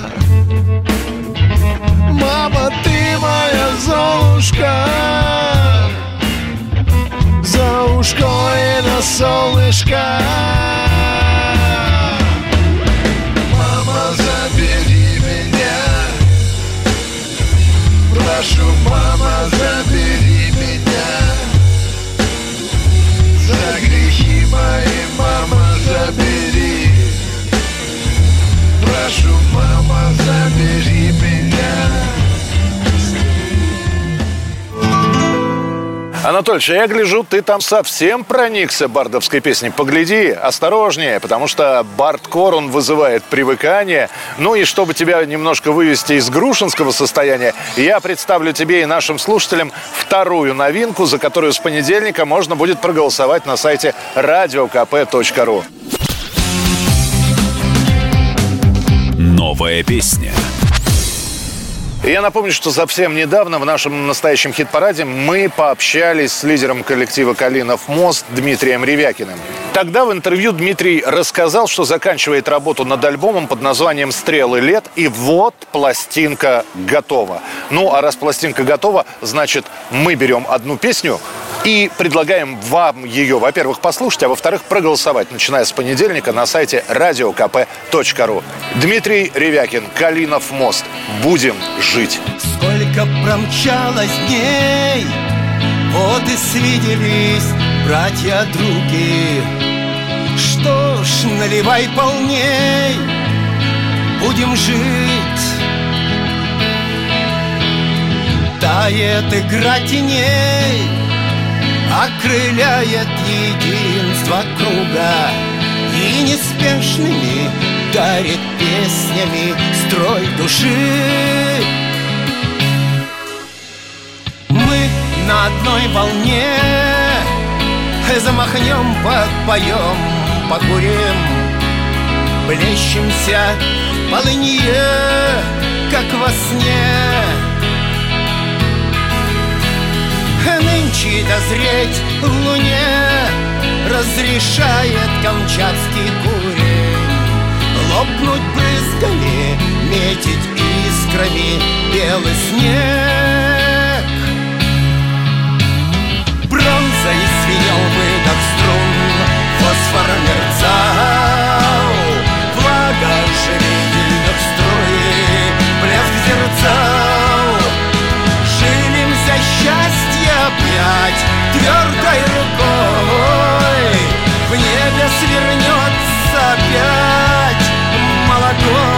Мама, ты моя Золушка, за ушко и на солнышко. Мама, забери меня, прошу, мама, забери меня. За грехи мои, мама, забери. Прошу, мама, забери меня. Анатольевич, я гляжу, ты там совсем проникся бардовской песней. Погляди, осторожнее, потому что бардкор, он вызывает привыкание. Ну и чтобы тебя немножко вывести из грушинского состояния, я представлю тебе и нашим слушателям вторую новинку, за которую с понедельника можно будет проголосовать на сайте радио ка пэ точка ру. Новая песня. И я напомню, что совсем недавно в нашем настоящем хит-параде мы пообщались с лидером коллектива «Калинов мост» Дмитрием Ревякиным. Тогда в интервью Дмитрий рассказал, что заканчивает работу над альбомом под названием «Стрелы лет», и вот пластинка готова. Ну, а раз пластинка готова, значит, мы берем одну песню и предлагаем вам ее, во-первых, послушать, а во-вторых, проголосовать, начиная с понедельника на сайте радио ка пэ точка ру. Дмитрий Ревякин, «Калинов мост». Будем жить. Сколько промчалось дней, вот и свиделись братья-други. Что ж, наливай полней, будем жить. Тает игра теней, окрыляет единство круга и неспешными дарит песнями строй души. Мы на одной волне замахнем, подпоем, покурим, плещемся полынье, как во сне. Нынче дозреть луне разрешает камчатский курень лопнуть брызгами, метить искрами белый снег. Бронза и свинел выдох струн, фосфор мерцал, влага живительных струй, блеск зерцал. Жилимся счастье опять твердой рукой, в небе свернется опять молоко.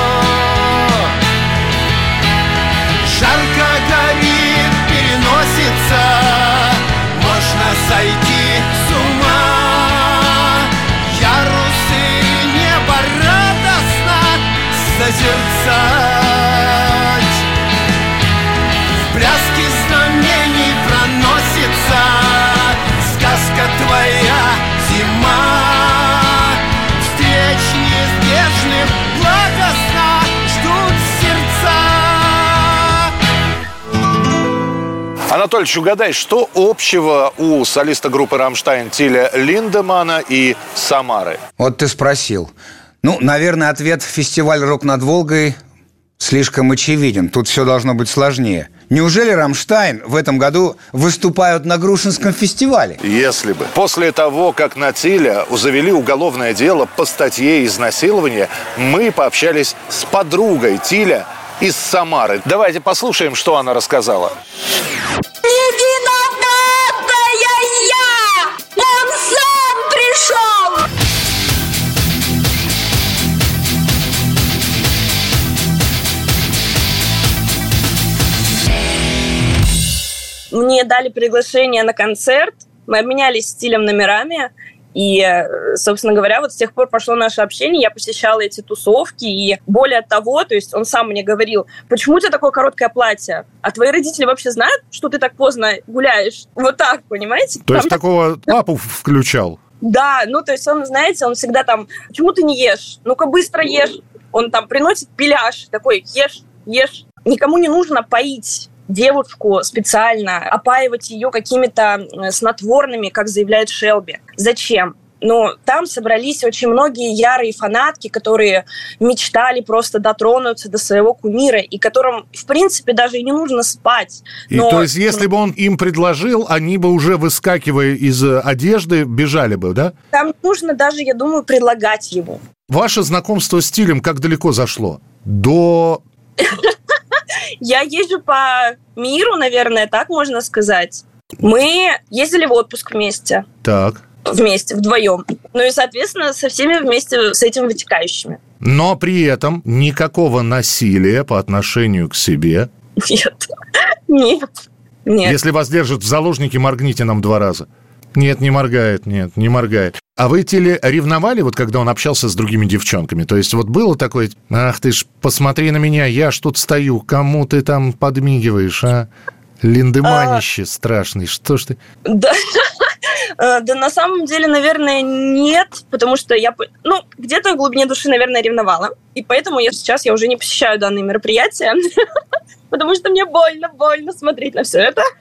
Жарко горит, переносится, можно сойти с ума. Ярусы неба радостно созерцать. В пляске знамений проносится сказка твоя, зима. Встреч неизбежных благостно ждут сердца. Анатольевич, угадай, что общего у солиста группы «Рамштайн» Тиля Линдеманна и Самары? Вот ты спросил. Ну, наверное, ответ «Фестиваль «Рок над Волгой» слишком очевиден. Тут все должно быть сложнее. Неужели «Рамштайн» в этом году выступают на Грушинском фестивале? Если бы. После того, как на Тиля завели уголовное дело по статье изнасилования, мы пообщались с подругой Тиля из Самары. Давайте послушаем, что она рассказала. Не виноватая я! Он сам пришел! Мне дали приглашение на концерт, мы обменялись стилем номерами, и, собственно говоря, вот с тех пор пошло наше общение, я посещала эти тусовки, и более того, то есть он сам мне говорил, почему у тебя такое короткое платье? А твои родители вообще знают, что ты так поздно гуляешь? Вот так, понимаете? То там есть такого папу включал? Да, ну то есть он, знаете, он всегда там, почему ты не ешь? Ну-ка быстро ешь. Он там приносит беляш, такой, ешь, ешь. Никому не нужно поить девушку специально, опаивать ее какими-то снотворными, как заявляет Шелби. Зачем? Но там собрались очень многие ярые фанатки, которые мечтали просто дотронуться до своего кумира, и которым, в принципе, даже и не нужно спать. Но... И то есть, если бы он им предложил, они бы уже, выскакивая из одежды, бежали бы, да? Там нужно даже, я думаю, предлагать ему. Ваше знакомство с стилем как далеко зашло? До... Я езжу по миру, наверное, так можно сказать. Мы ездили в отпуск вместе. Так. Вместе, вдвоем. Ну и, соответственно, со всеми вместе с этим вытекающими. Но при этом никакого насилия по отношению к себе. Нет. Нет. Нет. Если вас держат в заложнике, моргните нам два раза. Нет, не моргает, нет, не моргает. А вы, Тиле, ревновали, вот когда он общался с другими девчонками? То есть вот было такое, ах ты ж, посмотри на меня, я ж тут стою, кому ты там подмигиваешь, а? Линдеманище а... страшный, что ж ты... Да. Да на самом деле, наверное, нет, потому что я, ну, где-то в глубине души, наверное, ревновала. И поэтому я сейчас я уже не посещаю данные мероприятия, потому что мне больно, больно смотреть на все это.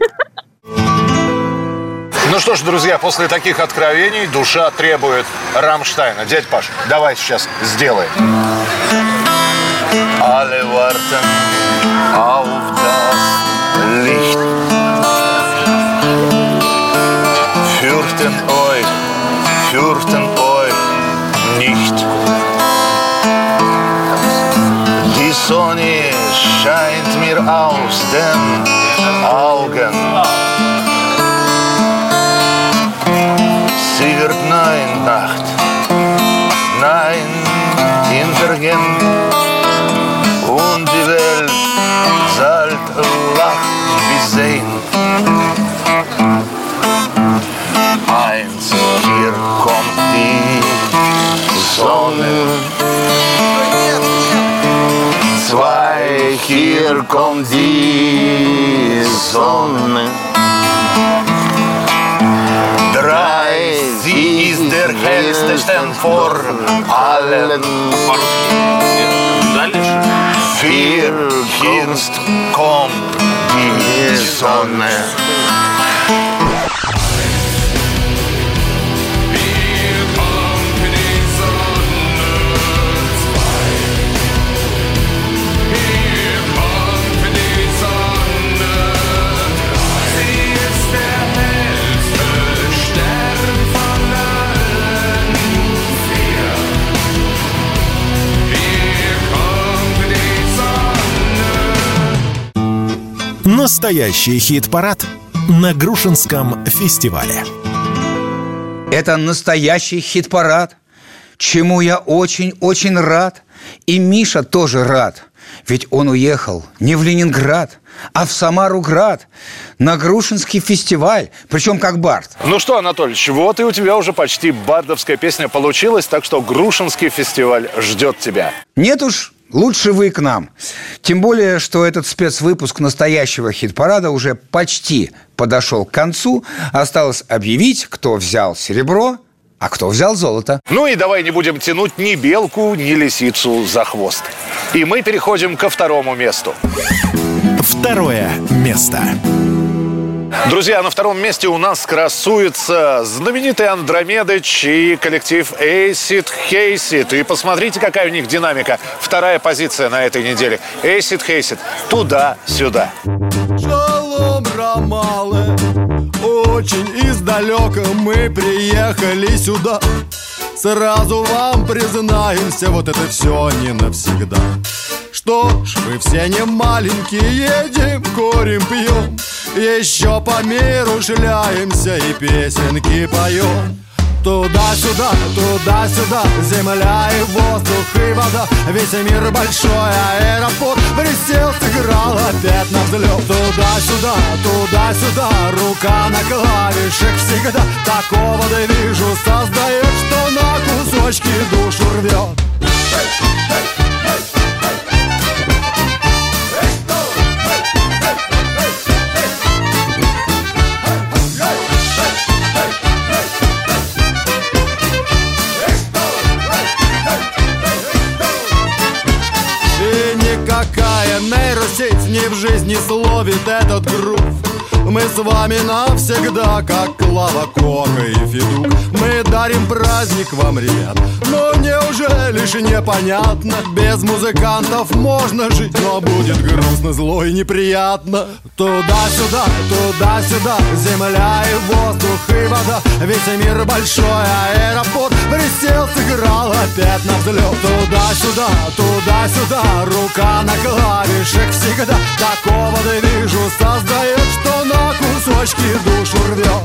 Ну что ж, друзья, после таких откровений душа требует Рамштайна. Дядь Паш, давай сейчас сделаем. Alle warten auf das Licht. Fürchten euch, fürchten euch nicht. Die Sonne scheint mir aus den Augen. Sie wird nein Nacht, nein Hintergehen und die Welt sollt lachen wie sehen. Eins, hier kommt die Sonne. Zwei, hier kommt die Sonne. Drei, sie ist der hellste Stern vor allen. Vier, hier kommt die Sonne. Настоящий хит-парад на Грушинском фестивале. Это настоящий хит-парад, чему я очень-очень рад. И Миша тоже рад. Ведь он уехал не в Ленинград, а в Самару-град на Грушинский фестиваль, причем как бард. Ну что, Анатольевич, вот и у тебя уже почти бардовская песня получилась, так что Грушинский фестиваль ждет тебя. Нет уж, лучше вы к нам. Тем более, что этот спецвыпуск настоящего хит-парада уже почти подошел к концу. Осталось объявить, кто взял серебро, а кто взял золото. Ну и давай не будем тянуть ни белку, ни лисицу за хвост. И мы переходим ко второму месту. Второе место. Друзья, на втором месте у нас красуется знаменитый Андромедыч и коллектив Acid Acid. И посмотрите, какая у них динамика. Вторая позиция на этой неделе. Acid Acid. Туда-сюда. Шалом, Рамалы. Очень издалека мы приехали сюда. Сразу вам признаемся, вот это все не навсегда. Что ж, вы все не маленькие, едем, курим, пьем, еще по миру шляемся и песенки поем. Туда-сюда, туда-сюда, земля и воздух и вода. Весь мир большой, аэропорт присел, сыграл опять на взлет. Туда-сюда, туда-сюда, рука на клавишах всегда. Такого движу создает, что на кусочки душу рвет. Никакая нейросеть ни в жизни словит этот грув. Мы с вами навсегда, как Клава Кока и Федук. Мы дарим праздник вам, ребят, но неужели ж непонятно? Без музыкантов можно жить, но будет грустно, зло и неприятно. Туда-сюда, туда-сюда, земля и воздух и вода. Весь мир большой, аэропорт присел, сыграл опять на взлет. Туда-сюда, туда-сюда, рука на клавишах всегда. Такого движу создает, что на кусочки душу рвет.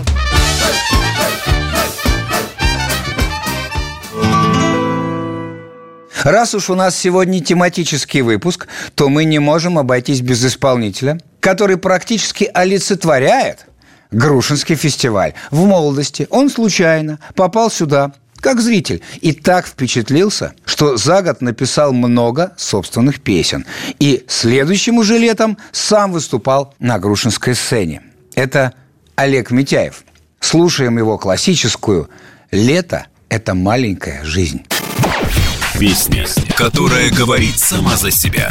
Раз уж у нас сегодня тематический выпуск, то мы не можем обойтись без исполнителя, который практически олицетворяет Грушинский фестиваль. В молодости он случайно попал сюда, как зритель, и так впечатлился, что за год написал много собственных песен. И следующим уже летом сам выступал на грушинской сцене. Это Олег Митяев. Слушаем его классическую «Лето – это маленькая жизнь». Песня, которая говорит сама за себя.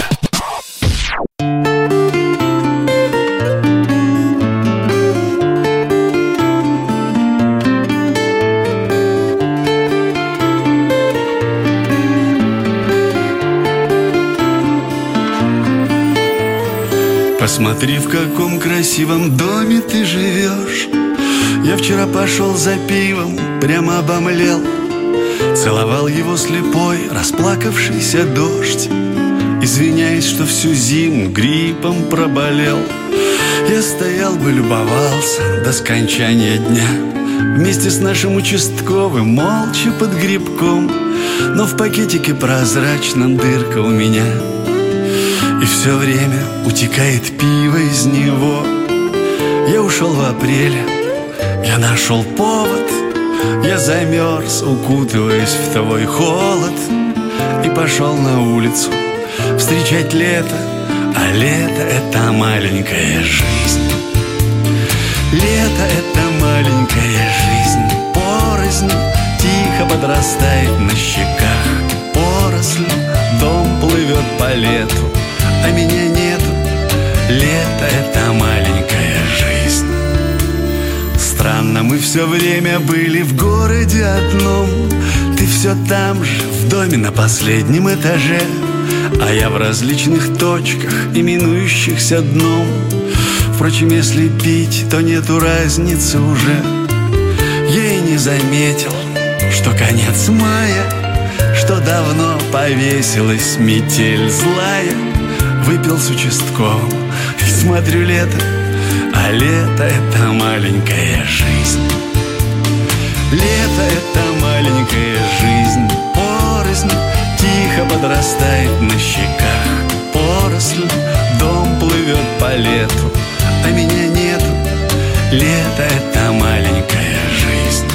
Посмотри, в каком красивом доме ты живешь. Я вчера пошел за пивом, прямо обомлел. Целовал его слепой, расплакавшийся дождь, извиняясь, что всю зиму гриппом проболел. Я стоял бы, любовался до скончания дня вместе с нашим участковым, молча под грибком. Но в пакетике прозрачном дырка у меня, и все время утекает пиво из него. Я ушел в апреле, я нашел повод. Я замерз, укутываясь в твой холод, и пошел на улицу встречать лето. А лето — это маленькая жизнь. Лето — это маленькая жизнь. Порознь тихо подрастает на щеках. Поросль, дом плывет по лету, а меня нету. Лето — это маленькая жизнь. Странно, мы все время были в городе одном. Ты все там же, в доме на последнем этаже, а я в различных точках, именующихся дном. Впрочем, если пить, то нету разницы уже. Я и не заметил, что конец мая, что давно повесилась метель злая. Выпил с участковым и смотрю лето. А лето — это маленькая жизнь. Лето — это маленькая жизнь. Порознь тихо подрастает на щеках. Поросль, дом плывет по лету, а меня нету. Лето — это маленькая жизнь.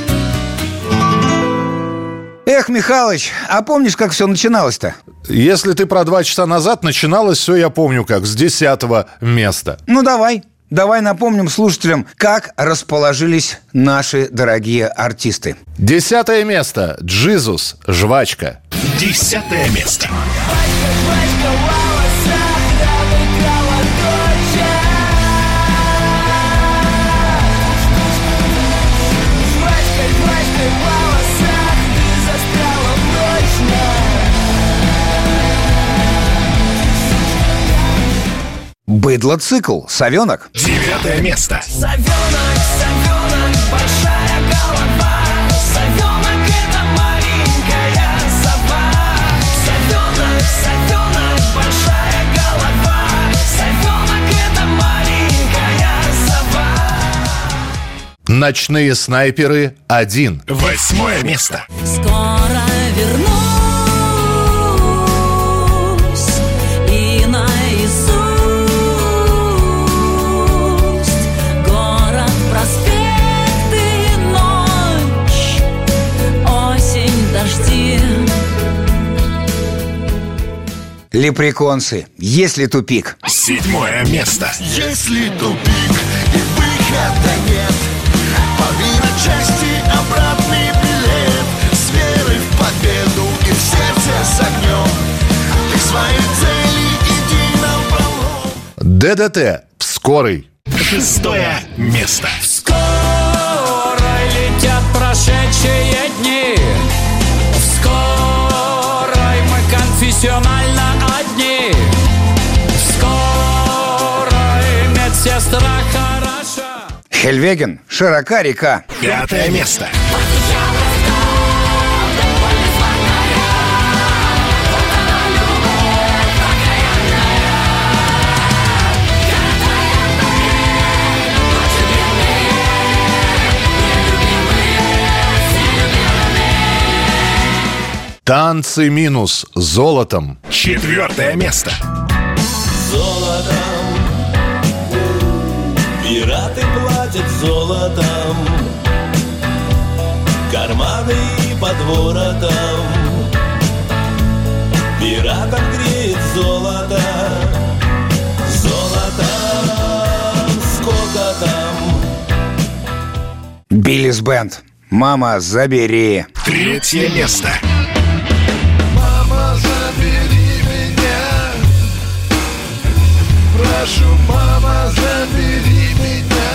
Эх, Михалыч, а помнишь, как все начиналось-то? Если ты про два часа назад, начиналось все, я помню как, с десятого места. Ну, давай. Давай напомним слушателям, как расположились наши дорогие артисты. Десятое место. Джизус. Жвачка. Десятое место. Быдло-цикл «Совенок». Девятое место. Совенок, совенок, большая голова. Совенок — это маленькая сова. Совенок, совенок, большая голова. Совенок — это маленькая сова. Ночные снайперы один. Восьмое место. Скоро вернусь и наизусть город, проспекты, ночь, осень, дожди. Лепреконсы. Если тупик. Седьмое место. Если тупик и выхода нет, половина части обратный билет. С верой в победу и в сердце с огнем. Ты к своей цели иди напролом. ДДТ. Скорый. Шестое место. Скоро летят прошедшие дни. В скорой мы конфессионально одни. В скорой медсестра хороша. Хельвеген. Широка река. Пятое место. Танцы минус. Золотом. Четвертое место. Золотом пираты платят золотом, карманы и под воротом. Пиратам греет золото, золото, сколько там. Биллис Бенд. Мама, забери. Третье место. Мама, забери меня. Прошу, мама, забери меня.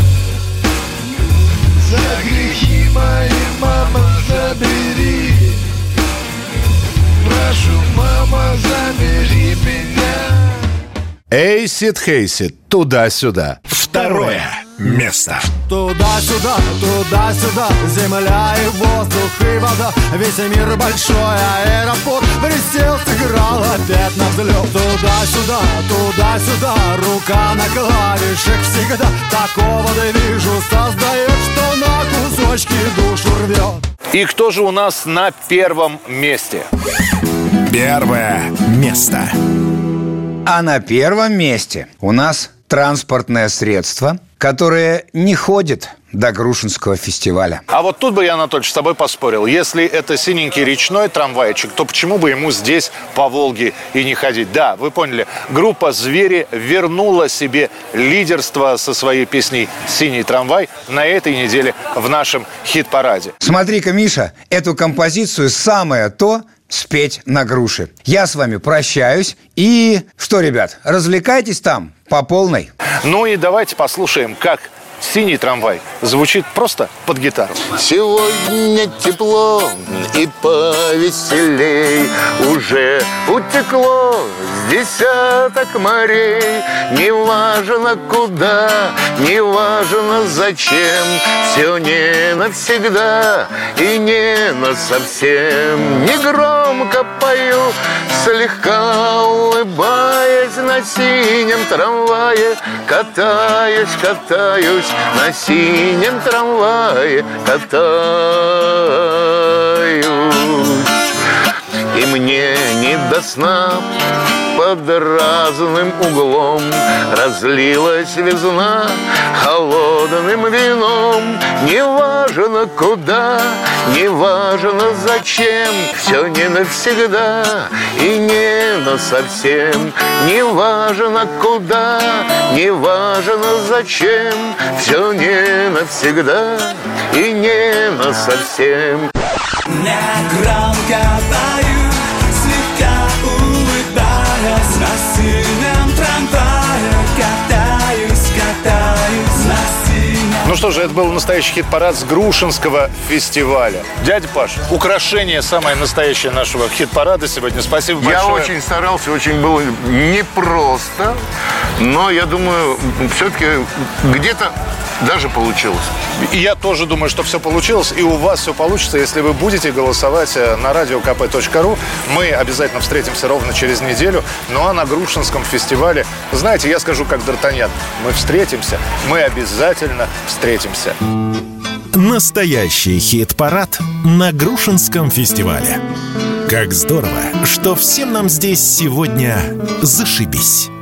За грехи мои, мама, забери. Прошу, мама, забери меня. Эйсид Хейсид. Туда-сюда. Второе место. Туда-сюда, туда-сюда, земля и воздух и вода. Весь мир большой аэропорт, присел, сыграл опять на взлет. Туда-сюда, туда-сюда, рука на клавишах всегда. Такого движу создает, что на кусочки душу рвет. И кто же у нас на первом месте? Первое место. А на первом месте у нас транспортное средство, которое не ходит до Грушинского фестиваля. А вот тут бы я, Анатольевич, с тобой поспорил. Если это синенький речной трамвайчик, то почему бы ему здесь по Волге и не ходить? Да, вы поняли, группа «Звери» вернула себе лидерство со своей песней «Синий трамвай» на этой неделе в нашем хит-параде. Смотри-ка, Миша, эту композицию самое то спеть на груши. Я с вами прощаюсь. И что, ребят, развлекайтесь там по полной. Ну и давайте послушаем, как «Синий трамвай» звучит просто под гитару. Сегодня тепло и повеселей, уже утекло с десяток морей. Не важно куда, не важно зачем, все не навсегда и не насовсем. Негромко пою, слегка улыбаясь, на синем трамвае катаюсь, катаюсь. На синем трамвае катаюсь. И мне не до сна под разным углом разлилась весна холодным вином. Не важно куда, не важно зачем, все не навсегда и не насовсем. Не важно куда, не важно зачем, все не навсегда и не насовсем. Негромко пою, слегка улыбаясь, на синем трамвае катаюсь, катаюсь на синем. Ну что же, это был настоящий хит-парад с Грушинского фестиваля. Дядя Паш, украшение самое настоящее нашего хит-парада сегодня. Спасибо большое. Я очень старался, очень было непросто, но я думаю, все-таки где-то даже получилось. И я тоже думаю, что все получилось, и у вас все получится, если вы будете голосовать на радио ка пэ точка ру. Мы обязательно встретимся ровно через неделю. Ну а на Грушинском фестивале, знаете, я скажу как Д'Артаньян, мы встретимся, мы обязательно встретимся. Настоящий хит-парад на Грушинском фестивале. Как здорово, что всем нам здесь сегодня зашибись.